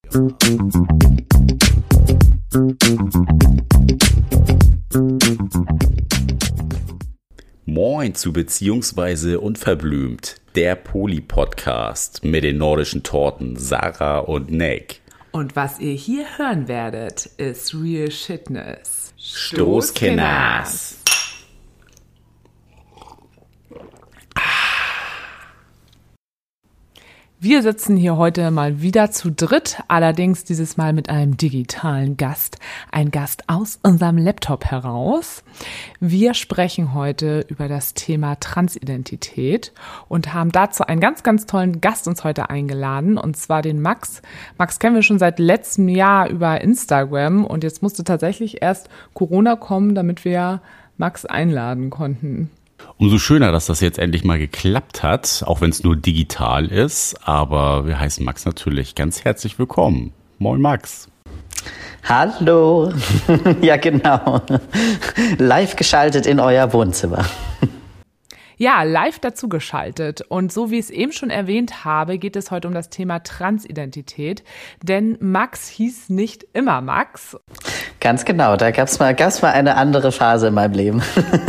Moin zu Beziehungsweise Unverblümt, der Poli-Podcast mit den nordischen Torten Sarah und Nick. Und was ihr hier hören werdet, ist Real Shitness. Stoßkenners. Wir sitzen hier heute mal wieder zu dritt, allerdings dieses Mal mit einem digitalen Gast. Ein Gast aus unserem Laptop heraus. Wir sprechen heute über das Thema Transidentität und haben dazu einen ganz, ganz tollen Gast uns heute eingeladen, und zwar den Max. Max kennen wir schon seit letztem Jahr über Instagram und jetzt musste tatsächlich erst Corona kommen, damit wir Max einladen konnten. Umso schöner, dass das jetzt endlich mal geklappt hat, auch wenn es nur digital ist. Aber wir heißen Max natürlich ganz herzlich willkommen. Moin Max. Hallo. Ja, genau. Live geschaltet in euer Wohnzimmer. Ja, live dazu geschaltet. Und so wie ich es eben schon erwähnt habe, geht es heute um das Thema Transidentität. Denn Max hieß nicht immer Max. Ganz genau, da gab's mal eine andere Phase in meinem Leben.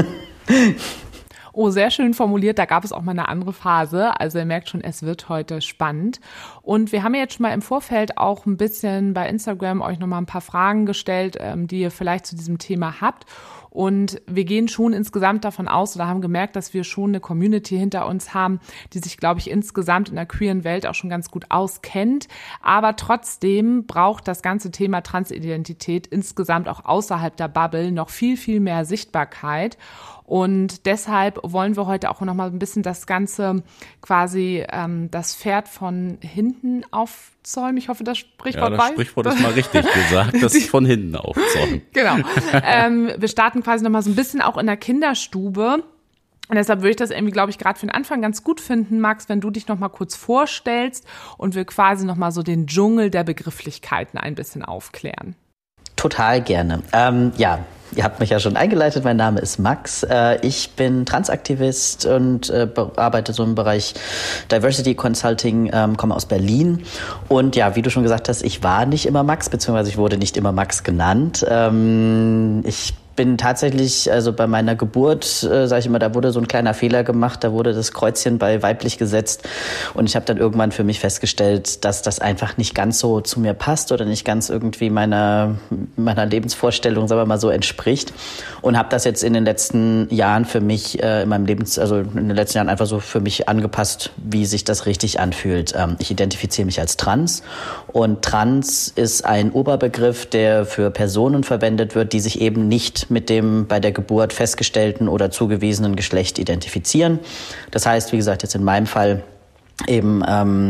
Oh, sehr schön formuliert, da gab es auch mal eine andere Phase. Also ihr merkt schon, es wird heute spannend. Und wir haben jetzt schon mal im Vorfeld auch ein bisschen bei Instagram euch nochmal ein paar Fragen gestellt, die ihr vielleicht zu diesem Thema habt. Und wir gehen schon insgesamt davon aus oder haben gemerkt, dass wir schon eine Community hinter uns haben, die sich, glaube ich, insgesamt in der queeren Welt auch schon ganz gut auskennt. Aber trotzdem braucht das ganze Thema Transidentität insgesamt auch außerhalb der Bubble noch viel, viel mehr Sichtbarkeit. Und deshalb wollen wir heute auch noch mal ein bisschen das Ganze quasi das Pferd von hinten aufzäumen. Ich hoffe, das Sprichwort das Sprichwort ist mal richtig gesagt, das von hinten aufzäumen. Genau. Wir starten quasi noch mal so ein bisschen auch in der Kinderstube. Und deshalb würde ich das irgendwie, glaube ich, gerade für den Anfang ganz gut finden, Max, wenn du dich noch mal kurz vorstellst und wir quasi noch mal so den Dschungel der Begrifflichkeiten ein bisschen aufklären. Total gerne. Ja, ihr habt mich ja schon eingeleitet. Mein Name ist Max. Ich bin Transaktivist und arbeite so im Bereich Diversity Consulting, komme aus Berlin. Und ja, wie du schon gesagt hast, ich war nicht immer Max, beziehungsweise ich wurde nicht immer Max genannt. Ich bin tatsächlich, also bei meiner Geburt, sage ich immer, da wurde so ein kleiner Fehler gemacht, da wurde das Kreuzchen bei weiblich gesetzt und ich habe dann irgendwann für mich festgestellt, dass das einfach nicht ganz so zu mir passt oder nicht ganz irgendwie meiner Lebensvorstellung, sagen wir mal so, entspricht und habe das jetzt in den letzten Jahren für mich in den letzten Jahren einfach so für mich angepasst, wie sich das richtig anfühlt. Ich identifiziere mich als trans und trans ist ein Oberbegriff, der für Personen verwendet wird, die sich eben nicht mit dem bei der Geburt festgestellten oder zugewiesenen Geschlecht identifizieren. Das heißt, wie gesagt, jetzt in meinem Fall eben,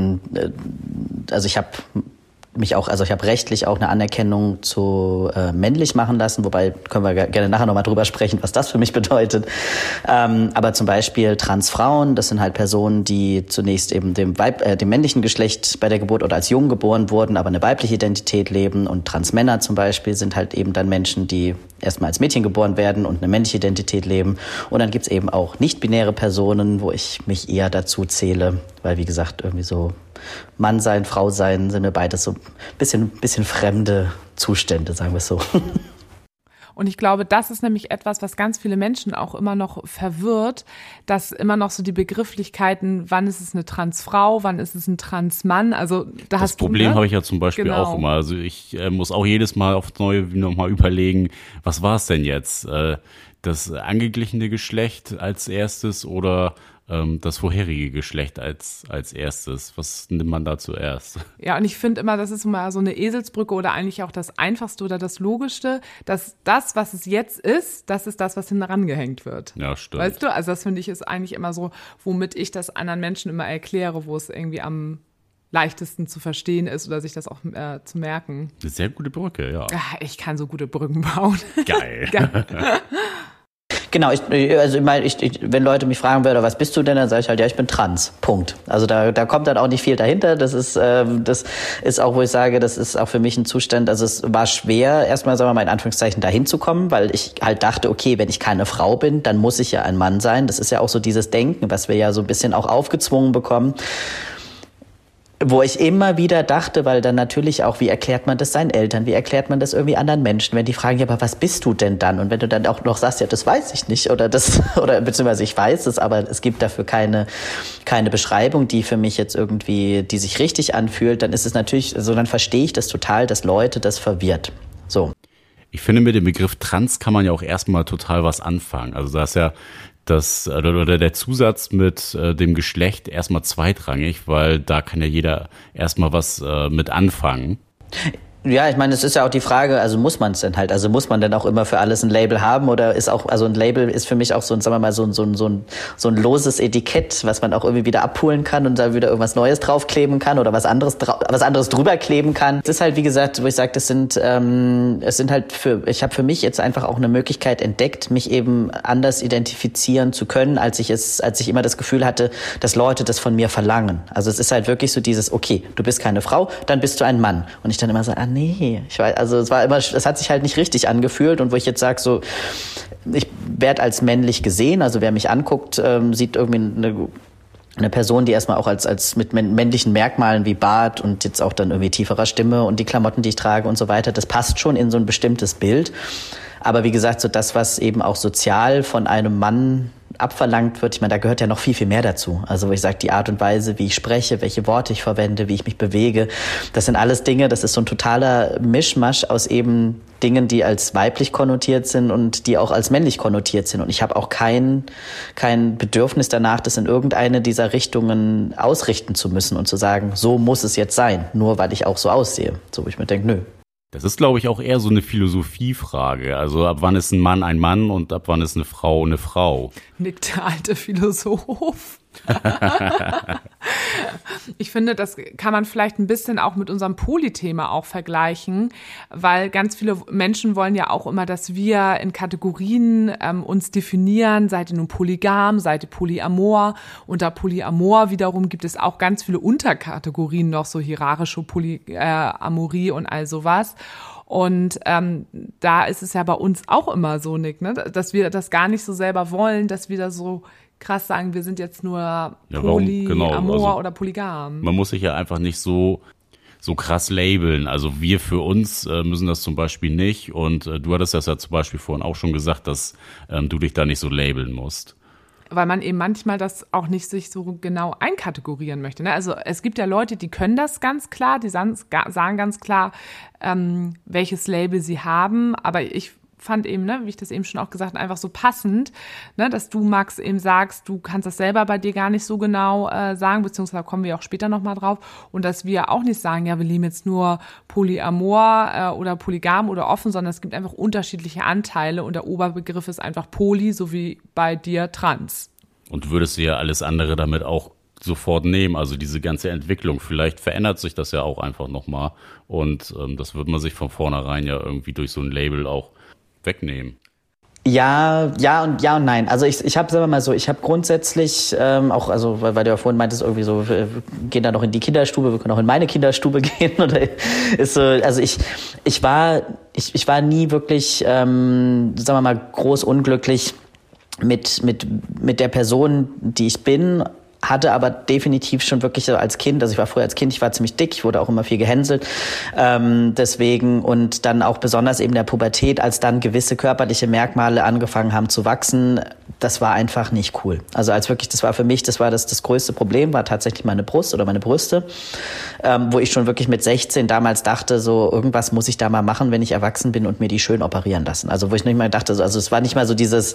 ich habe rechtlich auch eine Anerkennung zu männlich machen lassen, wobei können wir gerne nachher nochmal drüber sprechen, was das für mich bedeutet. Aber zum Beispiel Transfrauen, das sind halt Personen, die zunächst eben dem männlichen Geschlecht bei der Geburt oder als jung geboren wurden, aber eine weibliche Identität leben. Und Transmänner zum Beispiel sind halt eben dann Menschen, die erstmal als Mädchen geboren werden und eine männliche Identität leben. Und dann gibt's eben auch nicht-binäre Personen, wo ich mich eher dazu zähle, weil wie gesagt irgendwie so Mann sein, Frau sein, sind mir beides so ein bisschen fremde Zustände, sagen wir es so. Und ich glaube, das ist nämlich etwas, was ganz viele Menschen auch immer noch verwirrt, dass immer noch so die Begrifflichkeiten, wann ist es eine Transfrau, wann ist es ein Transmann, also das Problem habe ich ja zum Beispiel auch immer. Also ich muss auch jedes Mal aufs Neue nochmal überlegen, was war es denn jetzt? Das angeglichene Geschlecht als erstes oder das vorherige Geschlecht als erstes. Was nimmt man da zuerst? Ja, und ich finde immer, das ist immer so eine Eselsbrücke oder eigentlich auch das Einfachste oder das Logischste, dass das, was es jetzt ist, das ist das, was hinten rangehängt wird. Ja, stimmt. Weißt du, also das finde ich ist eigentlich immer so, womit ich das anderen Menschen immer erkläre, wo es irgendwie am leichtesten zu verstehen ist oder sich das auch zu merken. Eine sehr gute Brücke, ja. Ich kann so gute Brücken bauen. Geil. Genau, wenn Leute mich fragen würden, was bist du denn, dann sage ich halt, ja, ich bin trans. Punkt. Also da kommt dann auch nicht viel dahinter. Das ist auch, wo ich sage, das ist auch für mich ein Zustand. Also es war schwer, erstmal, sagen wir mal in Anführungszeichen, dahin zu kommen, weil ich halt dachte, okay, wenn ich keine Frau bin, dann muss ich ja ein Mann sein. Das ist ja auch so dieses Denken, was wir ja so ein bisschen auch aufgezwungen bekommen. wo ich immer wieder dachte, weil dann natürlich auch, wie erklärt man das seinen Eltern, wie erklärt man das irgendwie anderen Menschen, wenn die fragen, ja, aber was bist du denn dann? Und wenn du dann auch noch sagst, ja, das weiß ich nicht oder beziehungsweise ich weiß es, aber es gibt dafür keine Beschreibung, die für mich jetzt irgendwie, die sich richtig anfühlt, dann ist es natürlich, so dann verstehe ich das total, dass Leute das verwirrt. So. Ich finde, mit dem Begriff Trans kann man ja auch erstmal total was anfangen. Also da ist ja der Zusatz mit dem Geschlecht erstmal zweitrangig, weil da kann ja jeder erstmal was mit anfangen. Ja, ich meine, es ist ja auch die Frage, also muss man es denn halt, also muss man denn auch immer für alles ein Label haben oder ist auch, also ein Label ist für mich auch so ein, sagen wir mal, so ein loses Etikett, was man auch irgendwie wieder abholen kann und da wieder irgendwas Neues draufkleben kann oder was anderes drüber kleben kann. Das ist halt, wie gesagt, wo ich sage, ich habe für mich jetzt einfach auch eine Möglichkeit entdeckt, mich eben anders identifizieren zu können, als ich immer das Gefühl hatte, dass Leute das von mir verlangen. Also es ist halt wirklich so dieses, okay, du bist keine Frau, dann bist du ein Mann. Und ich dann immer sage, nee, ich weiß, also es hat sich halt nicht richtig angefühlt und wo ich jetzt sage, so, ich werde als männlich gesehen, also wer mich anguckt, sieht irgendwie eine Person, die erstmal auch als mit männlichen Merkmalen wie Bart und jetzt auch dann irgendwie tieferer Stimme und die Klamotten, die ich trage und so weiter, das passt schon in so ein bestimmtes Bild. Aber wie gesagt, so das, was eben auch sozial von einem Mann abverlangt wird, ich meine, da gehört ja noch viel, viel mehr dazu. Also wo ich sage, die Art und Weise, wie ich spreche, welche Worte ich verwende, wie ich mich bewege, das sind alles Dinge, das ist so ein totaler Mischmasch aus eben Dingen, die als weiblich konnotiert sind und die auch als männlich konnotiert sind. Und ich habe auch kein Bedürfnis danach, das in irgendeine dieser Richtungen ausrichten zu müssen und zu sagen, so muss es jetzt sein, nur weil ich auch so aussehe. So, wo ich mir denke, nö. Das ist, glaube ich, auch eher so eine Philosophiefrage. Also ab wann ist ein Mann und ab wann ist eine Frau? Nickt der alte Philosoph. Ich finde, das kann man vielleicht ein bisschen auch mit unserem Poly-Thema auch vergleichen, weil ganz viele Menschen wollen ja auch immer, dass wir in Kategorien uns definieren, seid ihr nun polygam, seid ihr polyamor. Unter Polyamor wiederum gibt es auch ganz viele Unterkategorien noch, so hierarchische Polyamorie und all sowas. Und da ist es ja bei uns auch immer so, Nick, ne? Dass wir das gar nicht so selber wollen, dass wir da so krass sagen, wir sind jetzt nur Polyamor oder polygam. Man muss sich ja einfach nicht so krass labeln. Also wir für uns müssen das zum Beispiel nicht. Und du hattest das ja zum Beispiel vorhin auch schon gesagt, dass du dich da nicht so labeln musst. Weil man eben manchmal das auch nicht sich so genau einkategorieren möchte. Ne? Also es gibt ja Leute, die können das ganz klar, die sagen ganz klar, welches Label sie haben. Aber ich fand eben, ne, wie ich das eben schon auch gesagt habe, einfach so passend, ne, dass du, Max, eben sagst, du kannst das selber bei dir gar nicht so genau sagen, beziehungsweise kommen wir auch später nochmal drauf. Und dass wir auch nicht sagen, ja, wir leben jetzt nur Polyamor oder polygam oder offen, sondern es gibt einfach unterschiedliche Anteile und der Oberbegriff ist einfach Poly, so wie bei dir Trans. Und würdest du ja alles andere damit auch sofort nehmen, also diese ganze Entwicklung. Vielleicht verändert sich das ja auch einfach nochmal und das wird man sich von vornherein ja irgendwie durch so ein Label auch wegnehmen. Ja und nein. Also ich habe, sagen wir mal so, ich habe grundsätzlich auch, also weil du ja vorhin meintest, irgendwie so, wir gehen da noch in die Kinderstube, wir können auch in meine Kinderstube gehen oder ist so, also ich war nie wirklich, sagen wir mal, groß unglücklich mit der Person, die ich bin. Hatte aber definitiv schon wirklich so als Kind, also ich war früher als Kind, ich war ziemlich dick, ich wurde auch immer viel gehänselt, deswegen und dann auch besonders eben der Pubertät, als dann gewisse körperliche Merkmale angefangen haben zu wachsen, das war einfach nicht cool. Also als wirklich, das war für mich, das größte Problem, war tatsächlich meine Brust oder meine Brüste, wo ich schon wirklich mit 16 damals dachte, so irgendwas muss ich da mal machen, wenn ich erwachsen bin und mir die schön operieren lassen. Also wo ich nicht mal dachte, also es war nicht mal so dieses,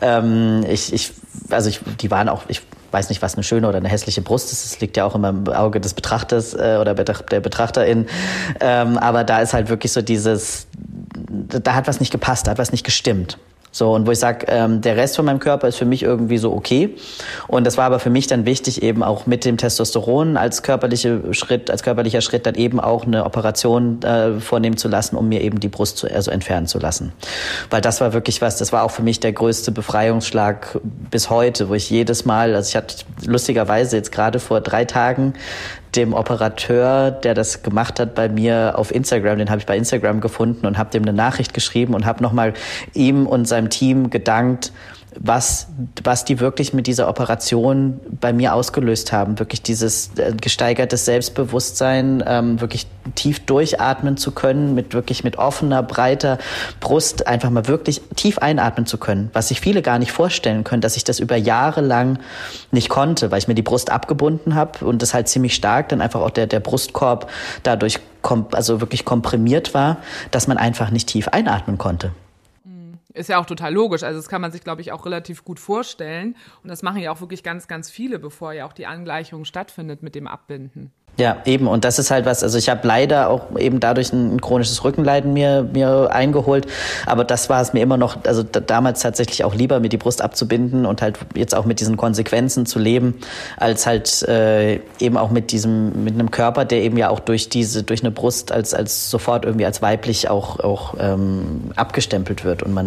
die waren auch, ich weiß nicht, was eine schöne oder eine hässliche Brust ist. Das liegt ja auch immer im Auge des Betrachters oder der Betrachterin. Aber da ist halt wirklich so dieses, da hat was nicht gepasst, da hat was nicht gestimmt. So, und wo ich sage, der Rest von meinem Körper ist für mich irgendwie so okay. Und das war aber für mich dann wichtig, eben auch mit dem Testosteron als körperlicher Schritt dann eben auch eine Operation vornehmen zu lassen, um mir eben die Brust entfernen zu lassen. Weil das war wirklich das war auch für mich der größte Befreiungsschlag bis heute, wo ich jedes Mal, also ich hatte lustigerweise jetzt gerade vor 3 Tagen dem Operateur, der das gemacht hat bei mir auf Instagram, den habe ich bei Instagram gefunden und habe dem eine Nachricht geschrieben und habe nochmal ihm und seinem Team gedankt, was die wirklich mit dieser Operation bei mir ausgelöst haben. Wirklich dieses gesteigertes Selbstbewusstsein, wirklich tief durchatmen zu können, mit offener, breiter Brust einfach mal wirklich tief einatmen zu können, was sich viele gar nicht vorstellen können, dass ich das über Jahre lang nicht konnte, weil ich mir die Brust abgebunden habe und das halt ziemlich stark dann einfach auch der Brustkorb dadurch wirklich komprimiert war, dass man einfach nicht tief einatmen konnte. Ist ja auch total logisch. Also das kann man sich, glaube ich, auch relativ gut vorstellen. Und das machen ja auch wirklich ganz, ganz viele, bevor ja auch die Angleichung stattfindet mit dem Abbinden. Ja, eben. Und das ist halt was, also ich habe leider auch eben dadurch ein chronisches Rückenleiden mir eingeholt. Aber das war es mir immer noch, also damals tatsächlich auch lieber, mir die Brust abzubinden und halt jetzt auch mit diesen Konsequenzen zu leben, als halt eben auch mit einem Körper, der eben ja auch durch eine Brust als sofort irgendwie als weiblich auch abgestempelt wird. Und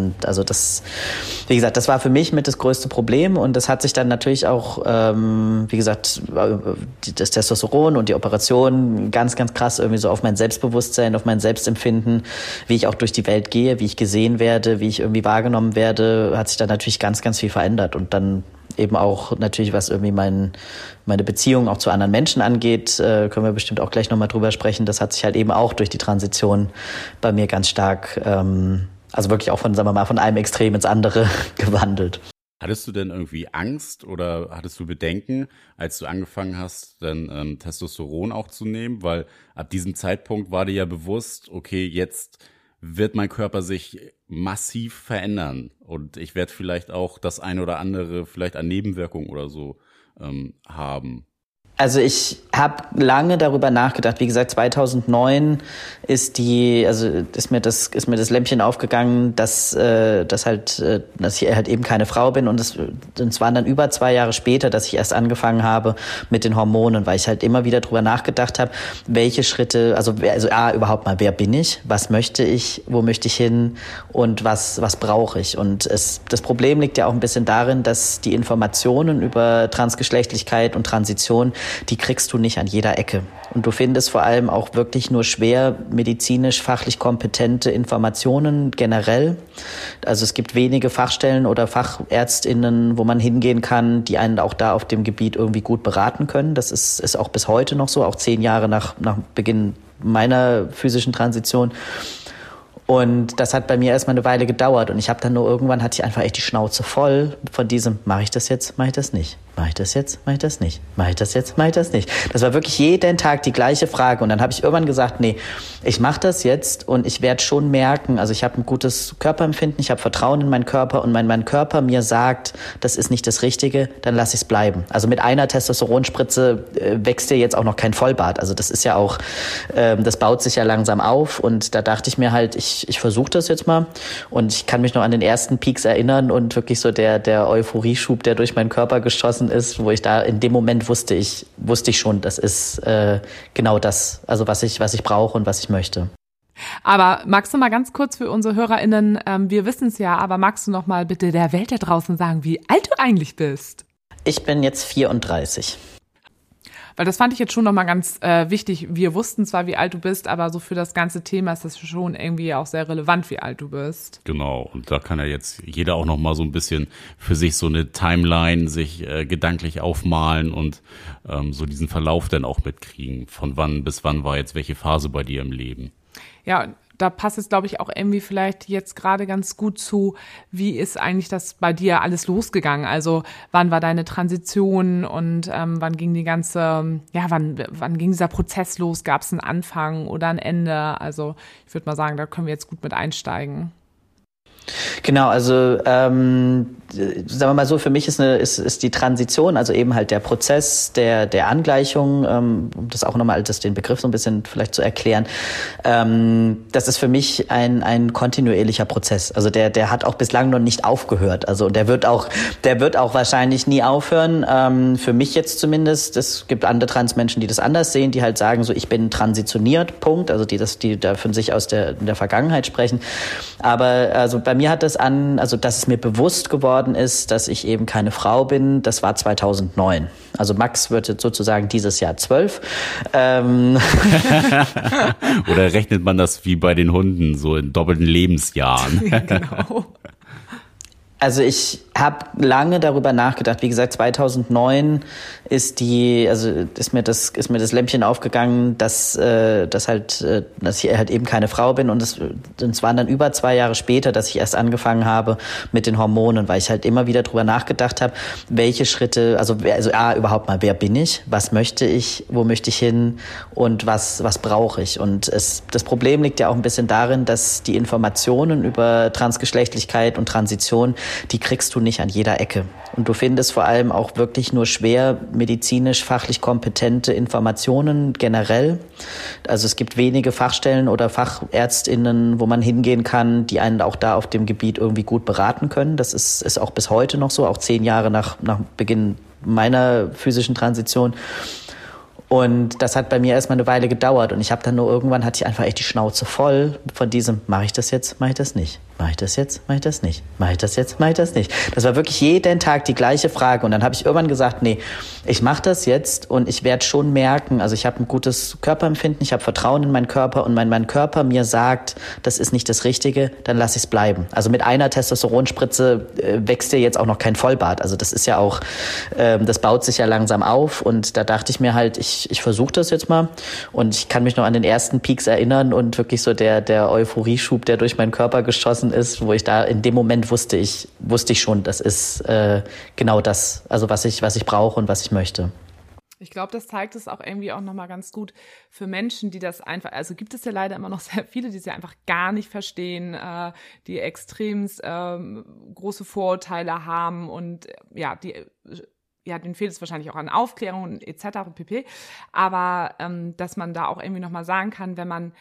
wie gesagt, das war für mich mit das größte Problem. Und das hat sich dann natürlich auch, wie gesagt, das Testosteron und die Operation ganz, ganz krass irgendwie so auf mein Selbstbewusstsein, auf mein Selbstempfinden, wie ich auch durch die Welt gehe, wie ich gesehen werde, wie ich irgendwie wahrgenommen werde, hat sich da natürlich ganz, ganz viel verändert. Und dann eben auch natürlich, was irgendwie meine Beziehung auch zu anderen Menschen angeht, können wir bestimmt auch gleich nochmal drüber sprechen. Das hat sich halt eben auch durch die Transition bei mir ganz stark, also wirklich auch von einem Extrem ins andere gewandelt. Hattest du denn irgendwie Angst oder hattest du Bedenken, als du angefangen hast, dann Testosteron auch zu nehmen? Weil ab diesem Zeitpunkt war dir ja bewusst, okay, jetzt wird mein Körper sich massiv verändern und ich werde vielleicht auch das eine oder andere vielleicht an Nebenwirkungen oder so haben. Also ich habe lange darüber nachgedacht. Wie gesagt, 2009 ist mir das Lämpchen aufgegangen, dass ich halt eben keine Frau bin. Und es waren dann über 2 Jahre später, dass ich erst angefangen habe mit den Hormonen, weil ich halt immer wieder darüber nachgedacht habe, welche Schritte, überhaupt mal, wer bin ich, was möchte ich, wo möchte ich hin und was brauche ich. Und das Problem liegt ja auch ein bisschen darin, dass die Informationen über Transgeschlechtlichkeit und Transition, die kriegst du nicht an jeder Ecke. Und du findest vor allem auch wirklich nur schwer medizinisch, fachlich kompetente Informationen generell. Also es gibt wenige Fachstellen oder FachärztInnen, wo man hingehen kann, die einen auch da auf dem Gebiet irgendwie gut beraten können. Das ist auch bis heute noch so, auch 10 Jahre nach Beginn meiner physischen Transition. Und das hat bei mir erstmal eine Weile gedauert. Und ich habe dann nur irgendwann, hatte ich einfach echt die Schnauze voll von diesem, mache ich das jetzt, mache ich das nicht? Mache ich das jetzt, mache ich das nicht? Mache ich das jetzt, mache ich das nicht? Das war wirklich jeden Tag die gleiche Frage. Und dann habe ich irgendwann gesagt, nee, ich mache das jetzt und ich werde schon merken, also ich habe ein gutes Körperempfinden, ich habe Vertrauen in meinen Körper und wenn mein Körper mir sagt, das ist nicht das Richtige, dann lasse ich es bleiben. Also mit einer Testosteronspritze wächst dir jetzt auch noch kein Vollbart. Also das ist ja auch, das baut sich ja langsam auf und da dachte ich mir halt, ich versuche das jetzt mal und ich kann mich noch an den ersten Peaks erinnern und wirklich so der Euphorieschub, der durch meinen Körper geschossen ist, wo ich da in dem Moment wusste ich schon, das ist genau das, also was ich brauche und was ich möchte. Aber magst du mal ganz kurz für unsere HörerInnen, wir wissen es ja, aber magst du noch mal bitte der Welt da draußen sagen, wie alt du eigentlich bist? Ich bin jetzt 34. Weil das fand ich jetzt schon nochmal ganz wichtig. Wir wussten zwar, wie alt du bist, aber so für das ganze Thema ist das schon irgendwie auch sehr relevant, wie alt du bist. Genau, und da kann ja jetzt jeder auch nochmal so ein bisschen für sich so eine Timeline sich gedanklich aufmalen und so diesen Verlauf dann auch mitkriegen. Von wann bis wann war jetzt welche Phase bei dir im Leben? Ja, da passt es, glaube ich, auch irgendwie vielleicht jetzt gerade ganz gut zu, wie ist eigentlich das bei dir alles losgegangen? Also wann war deine Transition und wann ging wann ging dieser Prozess los? Gab es einen Anfang oder ein Ende? Also ich würde mal sagen, da können wir jetzt gut mit einsteigen. Genau, also sagen wir mal so, für mich ist die Transition, also eben halt der Prozess der Angleichung, um das auch nochmal den Begriff so ein bisschen vielleicht zu erklären, das ist für mich ein kontinuierlicher Prozess. Also der hat auch bislang noch nicht aufgehört. Also der wird auch wahrscheinlich nie aufhören. Für mich jetzt zumindest. Es gibt andere Transmenschen, die das anders sehen, die halt sagen so, ich bin transitioniert, Punkt. Also die da von sich aus in der Vergangenheit sprechen. Aber also bei mir hat dass es mir bewusst geworden ist, dass ich eben keine Frau bin, das war 2009. Also Max wird jetzt sozusagen dieses Jahr 12. Oder rechnet man das wie bei den Hunden, so in doppelten Lebensjahren? Ja, genau. Also ich habe lange darüber nachgedacht. Wie gesagt, 2009 ist mir das Lämpchen aufgegangen, dass ich halt eben keine Frau bin. Und es waren dann über 2 Jahre später, dass ich erst angefangen habe mit den Hormonen, weil ich halt immer wieder drüber nachgedacht habe, welche Schritte, überhaupt mal, wer bin ich, was möchte ich, wo möchte ich hin und was brauche ich. Und das Problem liegt ja auch ein bisschen darin, dass die Informationen über Transgeschlechtlichkeit und Transition, die kriegst du nicht an jeder Ecke. Und du findest vor allem auch wirklich nur schwer medizinisch, fachlich kompetente Informationen generell. Also es gibt wenige Fachstellen oder FachärztInnen, wo man hingehen kann, die einen auch da auf dem Gebiet irgendwie gut beraten können. Das ist auch bis heute noch so, auch 10 Jahre nach Beginn meiner physischen Transition. Und das hat bei mir erstmal eine Weile gedauert. Und ich habe dann irgendwann hatte ich einfach echt die Schnauze voll von diesem, mache ich das jetzt, mache ich das nicht? Mache ich das jetzt, mache ich das nicht? Mache ich das jetzt, mache ich das nicht? Das war wirklich jeden Tag die gleiche Frage. Und dann habe ich irgendwann gesagt, nee, ich mache das jetzt und ich werde schon merken, also ich habe ein gutes Körperempfinden, ich habe Vertrauen in meinen Körper und wenn mein Körper mir sagt, das ist nicht das Richtige, dann lasse ich es bleiben. Also mit einer Testosteronspritze wächst dir jetzt auch noch kein Vollbart. Also das ist ja auch, das baut sich ja langsam auf und da dachte ich mir halt, ich versuche das jetzt mal und ich kann mich noch an den ersten Peaks erinnern und wirklich so der Euphorieschub, der durch meinen Körper geschossen ist, wo ich da in dem Moment wusste ich schon, das ist genau das, also was ich brauche und was ich möchte. Ich glaube, das zeigt es auch irgendwie auch nochmal ganz gut für Menschen, die das einfach, also gibt es ja leider immer noch sehr viele, die es ja einfach gar nicht verstehen, die extremst große Vorurteile haben und denen fehlt es wahrscheinlich auch an Aufklärung und etc. pp. Aber dass man da auch irgendwie nochmal sagen kann, wenn man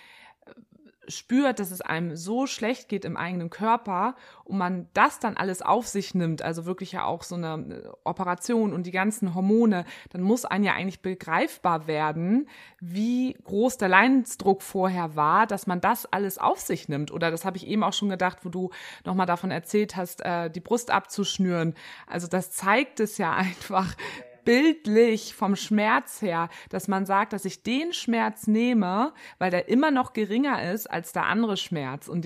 spürt, dass es einem so schlecht geht im eigenen Körper und man das dann alles auf sich nimmt, also wirklich ja auch so eine Operation und die ganzen Hormone, dann muss einem ja eigentlich begreifbar werden, wie groß der Leidensdruck vorher war, dass man das alles auf sich nimmt. Oder das habe ich eben auch schon gedacht, wo du nochmal davon erzählt hast, die Brust abzuschnüren. Also das zeigt es ja einfach bildlich vom Schmerz her, dass man sagt, dass ich den Schmerz nehme, weil der immer noch geringer ist als der andere Schmerz und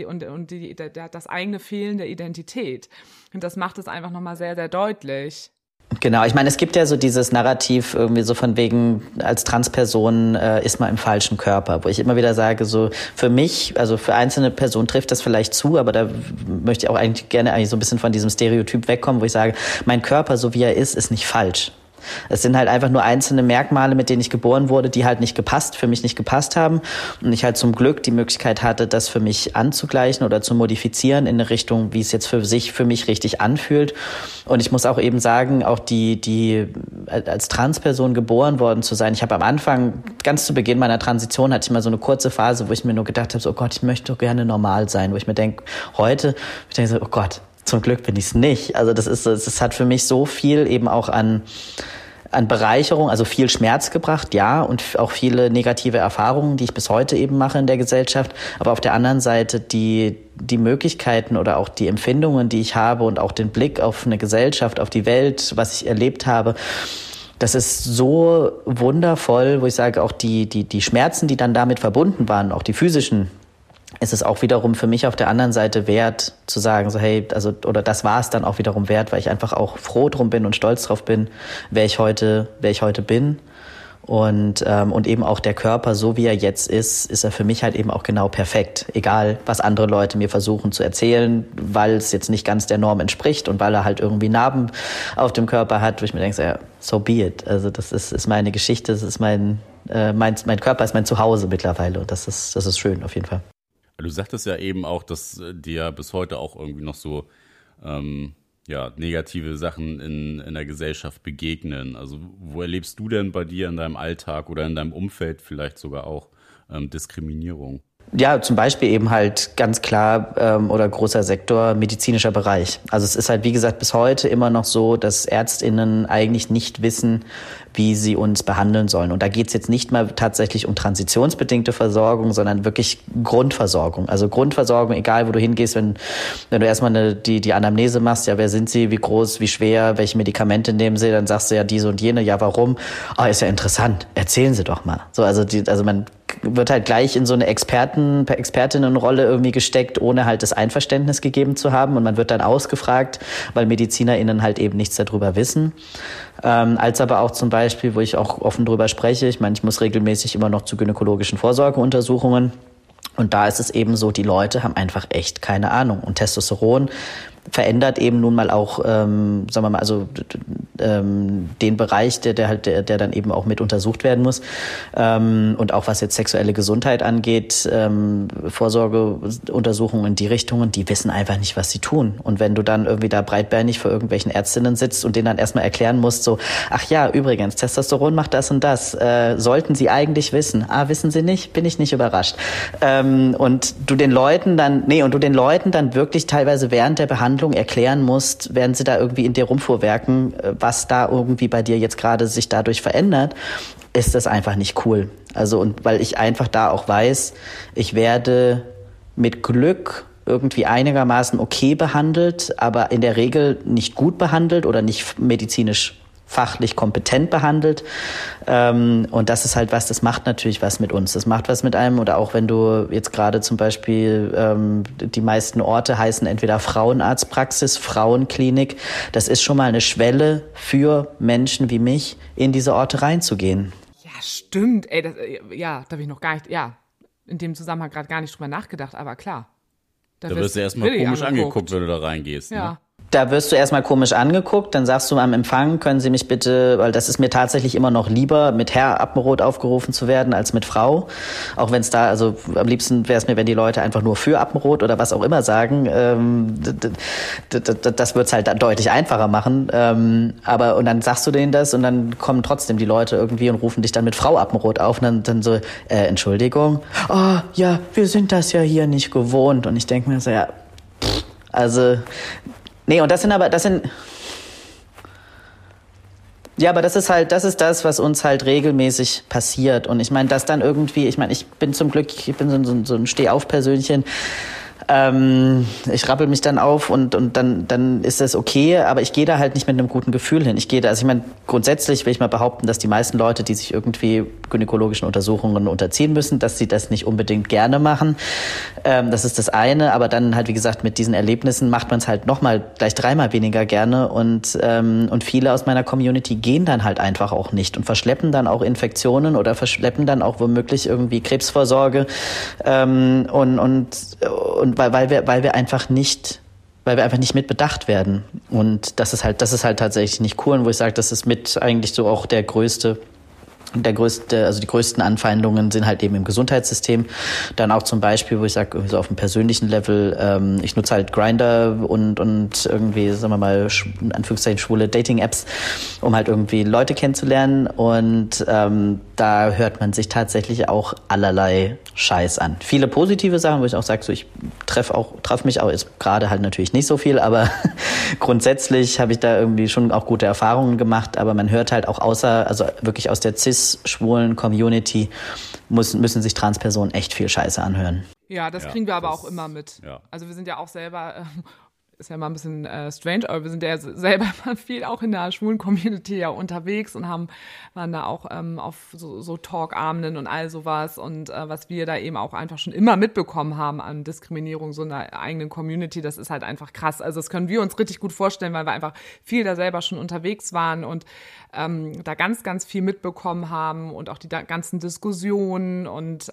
das eigene Fehlen der Identität. Und das macht es einfach nochmal sehr, sehr deutlich. Genau, ich meine, es gibt ja so dieses Narrativ irgendwie so von wegen, als Transperson ist man im falschen Körper, wo ich immer wieder sage, so für mich, also für einzelne Personen trifft das vielleicht zu, aber da möchte ich auch eigentlich gerne so ein bisschen von diesem Stereotyp wegkommen, wo ich sage, mein Körper, so wie er ist nicht falsch. Es sind halt einfach nur einzelne Merkmale, mit denen ich geboren wurde, die halt für mich nicht gepasst haben. Und ich halt zum Glück die Möglichkeit hatte, das für mich anzugleichen oder zu modifizieren in eine Richtung, wie es jetzt für mich richtig anfühlt. Und ich muss auch eben sagen, auch die als Transperson geboren worden zu sein. Ich habe am Anfang, ganz zu Beginn meiner Transition, hatte ich mal so eine kurze Phase, wo ich mir nur gedacht habe, so, oh Gott, ich möchte doch gerne normal sein. Wo ich mir denke, ich denke so, oh Gott, zum Glück bin ich es nicht. Also es hat für mich so viel eben auch an Bereicherung, also viel Schmerz gebracht, ja, und auch viele negative Erfahrungen, die ich bis heute eben mache in der Gesellschaft. Aber auf der anderen Seite die Möglichkeiten oder auch die Empfindungen, die ich habe und auch den Blick auf eine Gesellschaft, auf die Welt, was ich erlebt habe, das ist so wundervoll, wo ich sage, auch die Schmerzen, die dann damit verbunden waren, auch die physischen, ist es auch wiederum für mich auf der anderen Seite wert, zu sagen, so hey, oder das war es dann auch wiederum wert, weil ich einfach auch froh drum bin und stolz drauf bin, wer ich heute bin. Und eben auch der Körper, so wie er jetzt ist er für mich halt eben auch genau perfekt. Egal, was andere Leute mir versuchen zu erzählen, weil es jetzt nicht ganz der Norm entspricht und weil er halt irgendwie Narben auf dem Körper hat, wo ich mir denke, ja, so be it. Also das ist meine Geschichte, das ist mein Körper ist mein Zuhause mittlerweile und das ist schön auf jeden Fall. Du sagtest ja eben auch, dass dir bis heute auch irgendwie noch so negative Sachen in der Gesellschaft begegnen. Also wo erlebst du denn bei dir in deinem Alltag oder in deinem Umfeld vielleicht sogar auch Diskriminierung? Ja, zum Beispiel eben halt ganz klar oder großer Sektor medizinischer Bereich. Also es ist halt, wie gesagt, bis heute immer noch so, dass ÄrztInnen eigentlich nicht wissen, wie sie uns behandeln sollen. Und da geht's jetzt nicht mal tatsächlich um transitionsbedingte Versorgung, sondern wirklich Grundversorgung. Also Grundversorgung, egal wo du hingehst, wenn du erstmal die Anamnese machst, ja, wer sind sie, wie groß, wie schwer, welche Medikamente nehmen sie, dann sagst du ja diese und jene, ja, warum? Ist ja interessant, erzählen Sie doch mal. So, also man wird halt gleich in so eine Expertinnenrolle irgendwie gesteckt, ohne halt das Einverständnis gegeben zu haben. Und man wird dann ausgefragt, weil MedizinerInnen halt eben nichts darüber wissen. Als aber auch zum Beispiel, wo ich auch offen drüber spreche, ich meine, ich muss regelmäßig immer noch zu gynäkologischen Vorsorgeuntersuchungen. Und da ist es eben so, die Leute haben einfach echt keine Ahnung. Und Testosteron verändert eben nun mal auch, sagen wir mal, also den Bereich, der dann eben auch mit untersucht werden muss. Und auch was jetzt sexuelle Gesundheit angeht, Vorsorgeuntersuchungen in die Richtungen, die wissen einfach nicht, was sie tun. Und wenn du dann irgendwie da breitbeinig vor irgendwelchen Ärztinnen sitzt und denen dann erstmal erklären musst, so, ach ja, übrigens, Testosteron macht das und das, sollten sie eigentlich wissen. Ah, wissen sie nicht? Bin ich nicht überrascht. Und du den Leuten dann wirklich teilweise während der Behandlung erklären musst, während sie da irgendwie in dir rumfuhrwerken, was da irgendwie bei dir jetzt gerade sich dadurch verändert, ist das einfach nicht cool. Also, und weil ich einfach da auch weiß, ich werde mit Glück irgendwie einigermaßen okay behandelt, aber in der Regel nicht gut behandelt oder nicht medizinisch fachlich kompetent behandelt. Und das ist halt was, das macht natürlich was mit uns. Das macht was mit einem. Oder auch wenn du jetzt gerade zum Beispiel, die meisten Orte heißen entweder Frauenarztpraxis, Frauenklinik. Das ist schon mal eine Schwelle für Menschen wie mich, in diese Orte reinzugehen. Ja, stimmt. Ey, da habe ich noch gar nicht, in dem Zusammenhang gerade gar nicht drüber nachgedacht, aber klar. Da wirst du erstmal komisch angeguckt, wenn du da reingehst. Ja. Ne? Da wirst du erstmal komisch angeguckt, dann sagst du am Empfang, können Sie mich bitte, weil das ist mir tatsächlich immer noch lieber, mit Herr Abendroth aufgerufen zu werden, als mit Frau. Auch wenn es da, also am liebsten wäre es mir, wenn die Leute einfach nur für Abendroth oder was auch immer sagen. Das wird's halt deutlich einfacher machen. Aber und dann sagst du denen das und dann kommen trotzdem die Leute irgendwie und rufen dich dann mit Frau Abendroth auf und dann so, Entschuldigung, oh ja, wir sind das ja hier nicht gewohnt. Und ich denke mir so, ja, also... Nee, und das ist das, was uns halt regelmäßig passiert. Und ich meine, dass dann irgendwie, ich bin so ein Stehauf-Persönchen. Ich rappel mich dann auf und dann ist das okay, aber ich gehe da halt nicht mit einem guten Gefühl hin. Grundsätzlich will ich mal behaupten, dass die meisten Leute, die sich irgendwie gynäkologischen Untersuchungen unterziehen müssen, dass sie das nicht unbedingt gerne machen. Das ist das eine, aber dann halt, wie gesagt, mit diesen Erlebnissen macht man es halt gleich 3-mal weniger gerne und viele aus meiner Community gehen dann halt einfach auch nicht und verschleppen dann auch Infektionen oder verschleppen dann auch womöglich irgendwie Krebsvorsorge und weil wir einfach nicht mit bedacht werden. Und das ist halt tatsächlich nicht cool. Und wo ich sage, das ist mit eigentlich so auch die größten Anfeindungen sind halt eben im Gesundheitssystem. Dann auch zum Beispiel, wo ich sage, so auf einem persönlichen Level, ich nutze halt Grindr und irgendwie, sagen wir mal, in Anführungszeichen schwule Dating-Apps, um halt irgendwie Leute kennenzulernen. Und da hört man sich tatsächlich auch allerlei Scheiß an. Viele positive Sachen, wo ich auch sage, so ich treffe mich auch, ist gerade halt natürlich nicht so viel, aber grundsätzlich habe ich da irgendwie schon auch gute Erfahrungen gemacht. Aber man hört halt auch wirklich aus der cis-schwulen Community müssen sich Transpersonen echt viel Scheiße anhören. Ja, das kriegen wir aber auch immer mit. Ja. Also wir sind ja auch selber, ist ja mal ein bisschen strange, aber wir sind ja selber viel auch in der schwulen Community ja unterwegs und waren da auch auf so Talkabenden und all sowas und was wir da eben auch einfach schon immer mitbekommen haben an Diskriminierung so in der eigenen Community, das ist halt einfach krass. Also das können wir uns richtig gut vorstellen, weil wir einfach viel da selber schon unterwegs waren und da ganz, ganz viel mitbekommen haben und auch die ganzen Diskussionen und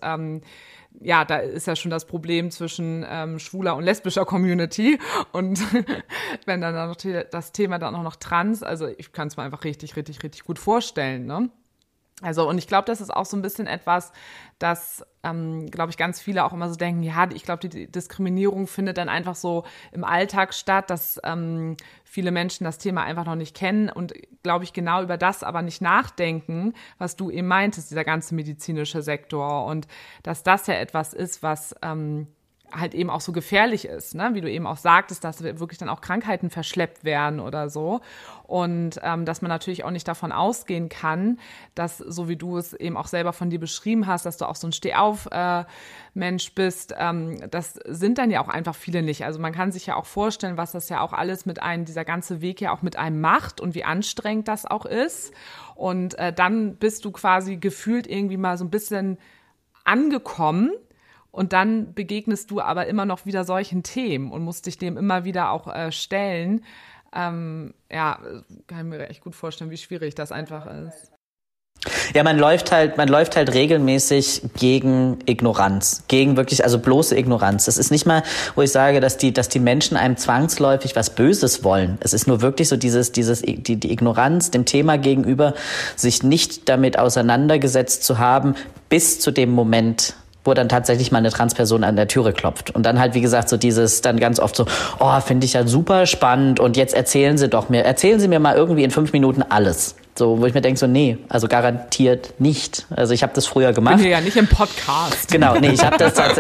ja, da ist ja schon das Problem zwischen schwuler und lesbischer Community und wenn dann noch das Thema dann auch noch trans, also ich kann es mir einfach richtig, richtig, richtig gut vorstellen, ne? Also und ich glaube, das ist auch so ein bisschen etwas, das, glaube ich, ganz viele auch immer so denken, ja, ich glaube, die Diskriminierung findet dann einfach so im Alltag statt, dass viele Menschen das Thema einfach noch nicht kennen und, glaube ich, genau über das aber nicht nachdenken, was du eben meintest, dieser ganze medizinische Sektor und dass das ja etwas ist, was halt eben auch so gefährlich ist, ne? Wie du eben auch sagtest, dass wirklich dann auch Krankheiten verschleppt werden oder so und dass man natürlich auch nicht davon ausgehen kann, dass, so wie du es eben auch selber von dir beschrieben hast, dass du auch so ein Stehauf-Mensch bist, das sind dann ja auch einfach viele nicht. Also man kann sich ja auch vorstellen, was das ja auch alles mit einem, dieser ganze Weg ja auch mit einem macht und wie anstrengend das auch ist und dann bist du quasi gefühlt irgendwie mal so ein bisschen angekommen. Und dann begegnest du aber immer noch wieder solchen Themen und musst dich dem immer wieder auch stellen. Kann ich mir echt gut vorstellen, wie schwierig das einfach ist. Ja, man läuft halt regelmäßig gegen Ignoranz, gegen wirklich, also bloße Ignoranz. Es ist nicht mal, wo ich sage, dass die Menschen einem zwangsläufig was Böses wollen. Es ist nur wirklich so die Ignoranz dem Thema gegenüber, sich nicht damit auseinandergesetzt zu haben, bis zu dem Moment, wo dann tatsächlich mal eine Transperson an der Türe klopft. Und dann halt, wie gesagt, so dieses dann ganz oft so, finde ich ja super spannend und jetzt erzählen Sie mir mal irgendwie in 5 Minuten alles. So, wo ich mir denke, so, nee, also garantiert nicht. Also ich habe das früher gemacht. Ich bin ja nicht im Podcast. Genau, nee, ich habe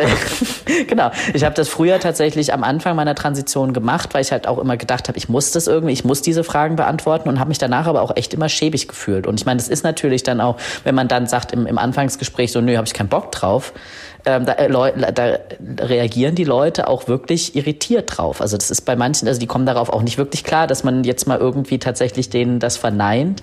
das früher tatsächlich am Anfang meiner Transition gemacht, weil ich halt auch immer gedacht habe, ich muss diese Fragen beantworten und habe mich danach aber auch echt immer schäbig gefühlt. Und ich meine, das ist natürlich dann auch, wenn man dann sagt im Anfangsgespräch so, nö, habe ich keinen Bock drauf, da reagieren die Leute auch wirklich irritiert drauf. Also das ist bei manchen, also die kommen darauf auch nicht wirklich klar, dass man jetzt mal irgendwie tatsächlich denen das verneint,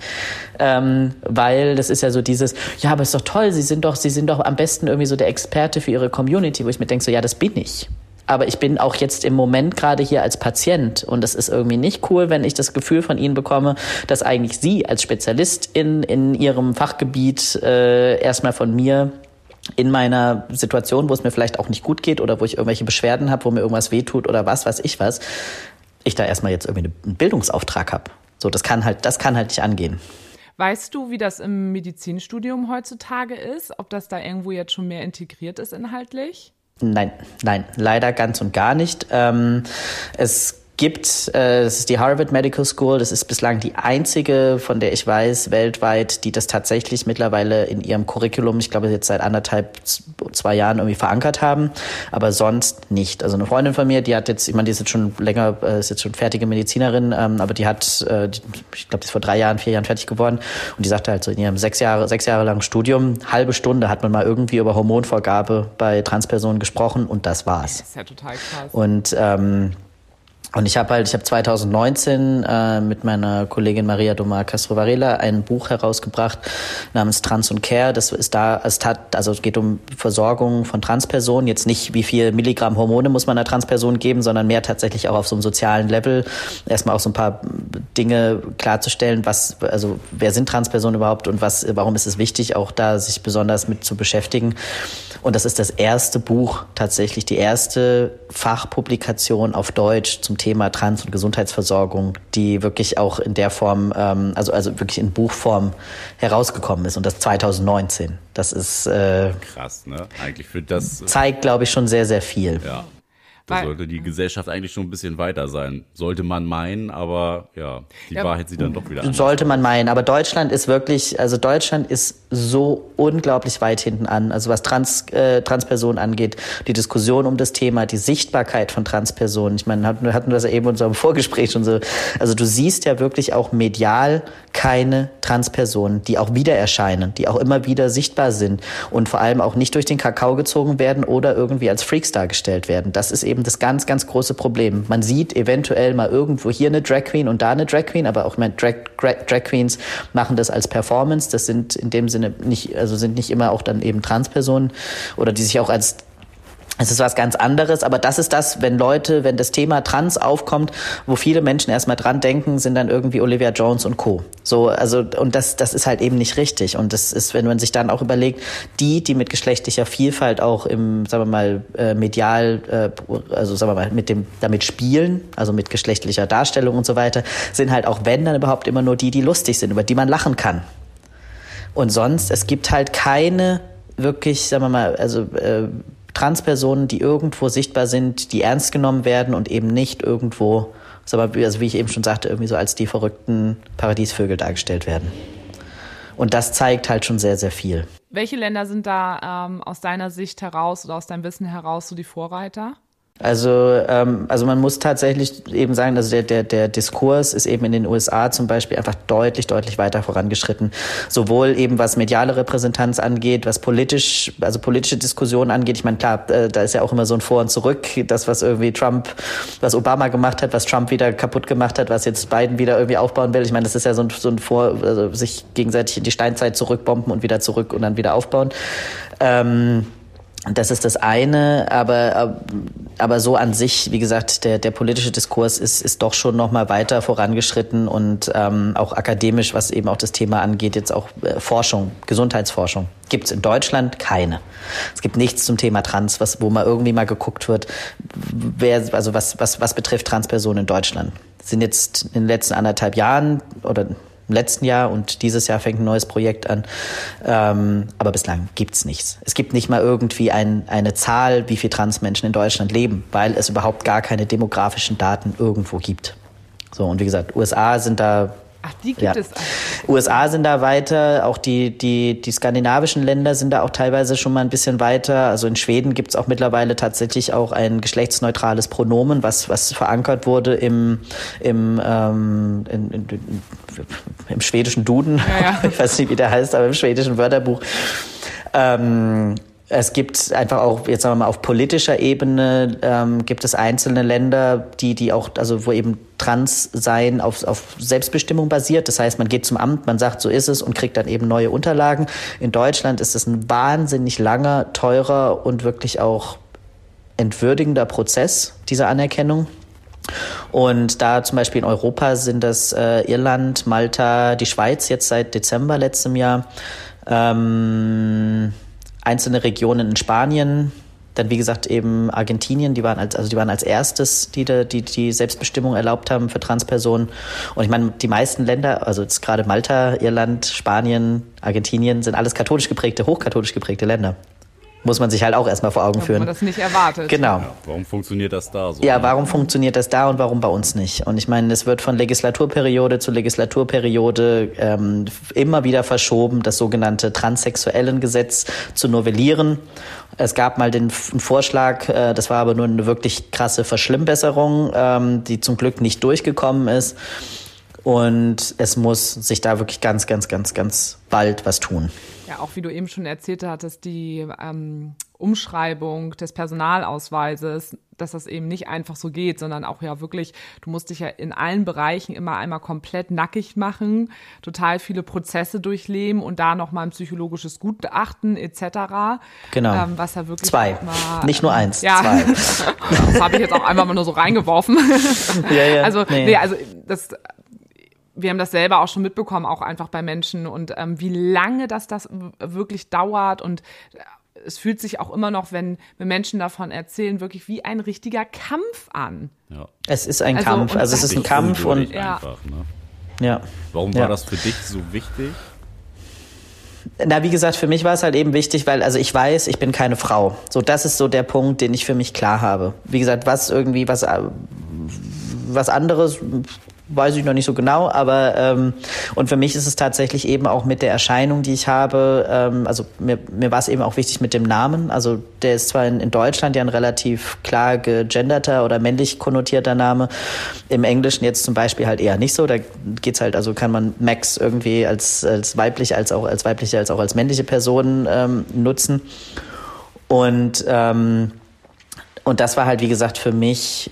weil das ist ja so dieses, ja, aber ist doch toll, Sie sind doch am besten irgendwie so der Experte für Ihre Community, wo ich mir denke so, ja, das bin ich. Aber ich bin auch jetzt im Moment gerade hier als Patient und es ist irgendwie nicht cool, wenn ich das Gefühl von Ihnen bekomme, dass eigentlich Sie als Spezialist in Ihrem Fachgebiet erstmal von mir in meiner Situation, wo es mir vielleicht auch nicht gut geht oder wo ich irgendwelche Beschwerden habe, wo mir irgendwas wehtut oder was weiß ich was, ich da erstmal jetzt irgendwie einen Bildungsauftrag habe. So, das kann halt nicht angehen. Weißt du, wie das im Medizinstudium heutzutage ist? Ob das da irgendwo jetzt schon mehr integriert ist inhaltlich? Nein, leider ganz und gar nicht. Es gibt, das ist die Harvard Medical School, das ist bislang die einzige, von der ich weiß, weltweit, die das tatsächlich mittlerweile in ihrem Curriculum, ich glaube jetzt seit 2 Jahren irgendwie verankert haben, aber sonst nicht. Also eine Freundin von mir, die hat jetzt, ich meine, die ist jetzt schon länger, ist jetzt schon fertige Medizinerin, aber die hat, ich glaube, die ist vor 4 Jahren fertig geworden und die sagte halt so in ihrem 6 Jahre langen Studium, halbe Stunde hat man mal irgendwie über Hormonvorgabe bei Transpersonen gesprochen und das war's. Das ist ja total krass. Und ich habe 2019 mit meiner Kollegin Maria Doma Castro Varela ein Buch herausgebracht namens Trans und Care. Das ist es geht um Versorgung von Transpersonen. Jetzt nicht, wie viel Milligramm Hormone muss man einer Transperson geben, sondern mehr tatsächlich auch auf so einem sozialen Level. Erstmal auch so ein paar Dinge klarzustellen, wer sind Transpersonen überhaupt und warum ist es wichtig, auch da sich besonders mit zu beschäftigen. Und das ist das erste Buch, tatsächlich die erste Fachpublikation auf Deutsch zum Thema Trans- und Gesundheitsversorgung, die wirklich auch in der Form, also wirklich in Buchform herausgekommen ist und das 2019. Das ist krass, ne? Eigentlich für das zeigt, glaube ich, schon sehr, sehr viel. Ja. Da sollte die Gesellschaft eigentlich schon ein bisschen weiter sein. Sollte man meinen, aber ja, die Wahrheit sieht dann doch wieder anders. Sollte man meinen, aber Deutschland ist so unglaublich weit hinten an. Also was Transpersonen angeht, die Diskussion um das Thema, die Sichtbarkeit von Transpersonen. Ich meine, hatten wir das ja eben in unserem Vorgespräch schon so. Also du siehst ja wirklich auch medial keine Transpersonen, die auch wieder erscheinen, die auch immer wieder sichtbar sind und vor allem auch nicht durch den Kakao gezogen werden oder irgendwie als Freaks dargestellt werden. Das ist eben das ganz, ganz große Problem. Man sieht eventuell mal irgendwo hier eine Drag Queen und da eine Drag Queen, aber auch Drag Queens machen das als Performance. Das sind in dem Sinne sind nicht immer auch dann eben Transpersonen oder die sich auch als es ist was ganz anderes, aber das ist das, wenn das Thema Trans aufkommt, wo viele Menschen erstmal dran denken, sind dann irgendwie Olivia Jones und Co. So, also, und das ist halt eben nicht richtig. Und das ist, wenn man sich dann auch überlegt, die mit geschlechtlicher Vielfalt auch im, sagen wir mal, medial, also sagen wir mal, damit spielen, also mit geschlechtlicher Darstellung und so weiter, sind halt auch, wenn dann überhaupt immer nur die lustig sind, über die man lachen kann. Und sonst, es gibt halt keine wirklich, sagen wir mal, also, Transpersonen, die irgendwo sichtbar sind, die ernst genommen werden und eben nicht irgendwo, also wie ich eben schon sagte, irgendwie so als die verrückten Paradiesvögel dargestellt werden. Und das zeigt halt schon sehr, sehr viel. Welche Länder sind da aus deiner Sicht heraus oder aus deinem Wissen heraus so die Vorreiter? Also man muss tatsächlich eben sagen, also der Diskurs ist eben in den USA zum Beispiel einfach deutlich weiter vorangeschritten. Sowohl eben was mediale Repräsentanz angeht, was politische Diskussionen angeht. Ich meine, klar, da ist ja auch immer so ein Vor und Zurück. Das, was irgendwie was Obama gemacht hat, was Trump wieder kaputt gemacht hat, was jetzt Biden wieder irgendwie aufbauen will. Ich meine, das ist ja so ein also sich gegenseitig in die Steinzeit zurückbomben und wieder zurück und dann wieder aufbauen. Das ist das eine, aber so an sich, wie gesagt, der politische Diskurs ist doch schon noch mal weiter vorangeschritten und auch akademisch, was eben auch das Thema angeht, jetzt auch Forschung, Gesundheitsforschung. Gibt's in Deutschland keine. Es gibt nichts zum Thema Trans, wo mal irgendwie mal geguckt wird, was betrifft Transpersonen in Deutschland. Das sind jetzt in den letzten 1,5 Jahren oder im letzten Jahr und dieses Jahr fängt ein neues Projekt an. Aber bislang gibt's nichts. Es gibt nicht mal irgendwie eine Zahl, wie viele Transmenschen in Deutschland leben, weil es überhaupt gar keine demografischen Daten irgendwo gibt. So, und wie gesagt, USA sind da. Ach, die gibt es. USA sind da weiter, auch die skandinavischen Länder sind da auch teilweise schon mal ein bisschen weiter. Also in Schweden gibt's auch mittlerweile tatsächlich auch ein geschlechtsneutrales Pronomen, was verankert wurde im schwedischen Duden. Ja. Ich weiß nicht, wie der heißt, aber im schwedischen Wörterbuch. Es gibt einfach auch, jetzt sagen wir mal, auf politischer Ebene gibt es einzelne Länder, die auch, also wo eben Transsein auf Selbstbestimmung basiert. Das heißt, man geht zum Amt, man sagt, so ist es und kriegt dann eben neue Unterlagen. In Deutschland ist es ein wahnsinnig langer, teurer und wirklich auch entwürdigender Prozess, diese Anerkennung. Und da zum Beispiel in Europa sind das Irland, Malta, die Schweiz jetzt seit Dezember letztem Jahr, einzelne Regionen in Spanien, dann wie gesagt eben Argentinien, die waren als erstes, die Selbstbestimmung erlaubt haben für Transpersonen. Und ich meine, die meisten Länder, also jetzt gerade Malta, Irland, Spanien, Argentinien, sind alles hochkatholisch geprägte Länder. Muss man sich halt auch erstmal vor Augen führen. Warum man das nicht erwartet. Genau. Ja, warum funktioniert das da so? Ja, warum funktioniert das da und warum bei uns nicht? Und ich meine, es wird von Legislaturperiode zu Legislaturperiode immer wieder verschoben, das sogenannte Transsexuellengesetz zu novellieren. Es gab mal einen Vorschlag, das war aber nur eine wirklich krasse Verschlimmbesserung, die zum Glück nicht durchgekommen ist. Und es muss sich da wirklich ganz bald was tun. Ja, auch wie du eben schon erzählt hattest, die Umschreibung des Personalausweises, dass das eben nicht einfach so geht, sondern auch ja wirklich, du musst dich ja in allen Bereichen immer einmal komplett nackig machen, total viele Prozesse durchleben und da nochmal ein psychologisches Gutachten etc. Genau. Was ja wirklich 2, nicht nur 1, ja. 2. Das habe ich jetzt auch einfach mal nur so reingeworfen. Ja. Also, wir haben das selber auch schon mitbekommen, auch einfach bei Menschen und wie lange das wirklich dauert und es fühlt sich auch immer noch, wenn Menschen davon erzählen, wirklich wie ein richtiger Kampf an. Ja. Es ist ein Kampf, also es ist ein Kampf und einfach, ne? Ja. Warum war das für dich so wichtig? Na, wie gesagt, für mich war es halt eben wichtig, weil, also ich weiß, ich bin keine Frau. So, das ist so der Punkt, den ich für mich klar habe. Wie gesagt, was anderes weiß ich noch nicht so genau, aber und für mich ist es tatsächlich eben auch mit der Erscheinung, die ich habe, also mir war es eben auch wichtig mit dem Namen, also der ist zwar in Deutschland ja ein relativ klar gegenderter oder männlich konnotierter Name, im Englischen jetzt zum Beispiel halt eher nicht so, da geht's halt, also kann man Max irgendwie als weibliche, als auch als männliche Person nutzen und das war halt, wie gesagt, für mich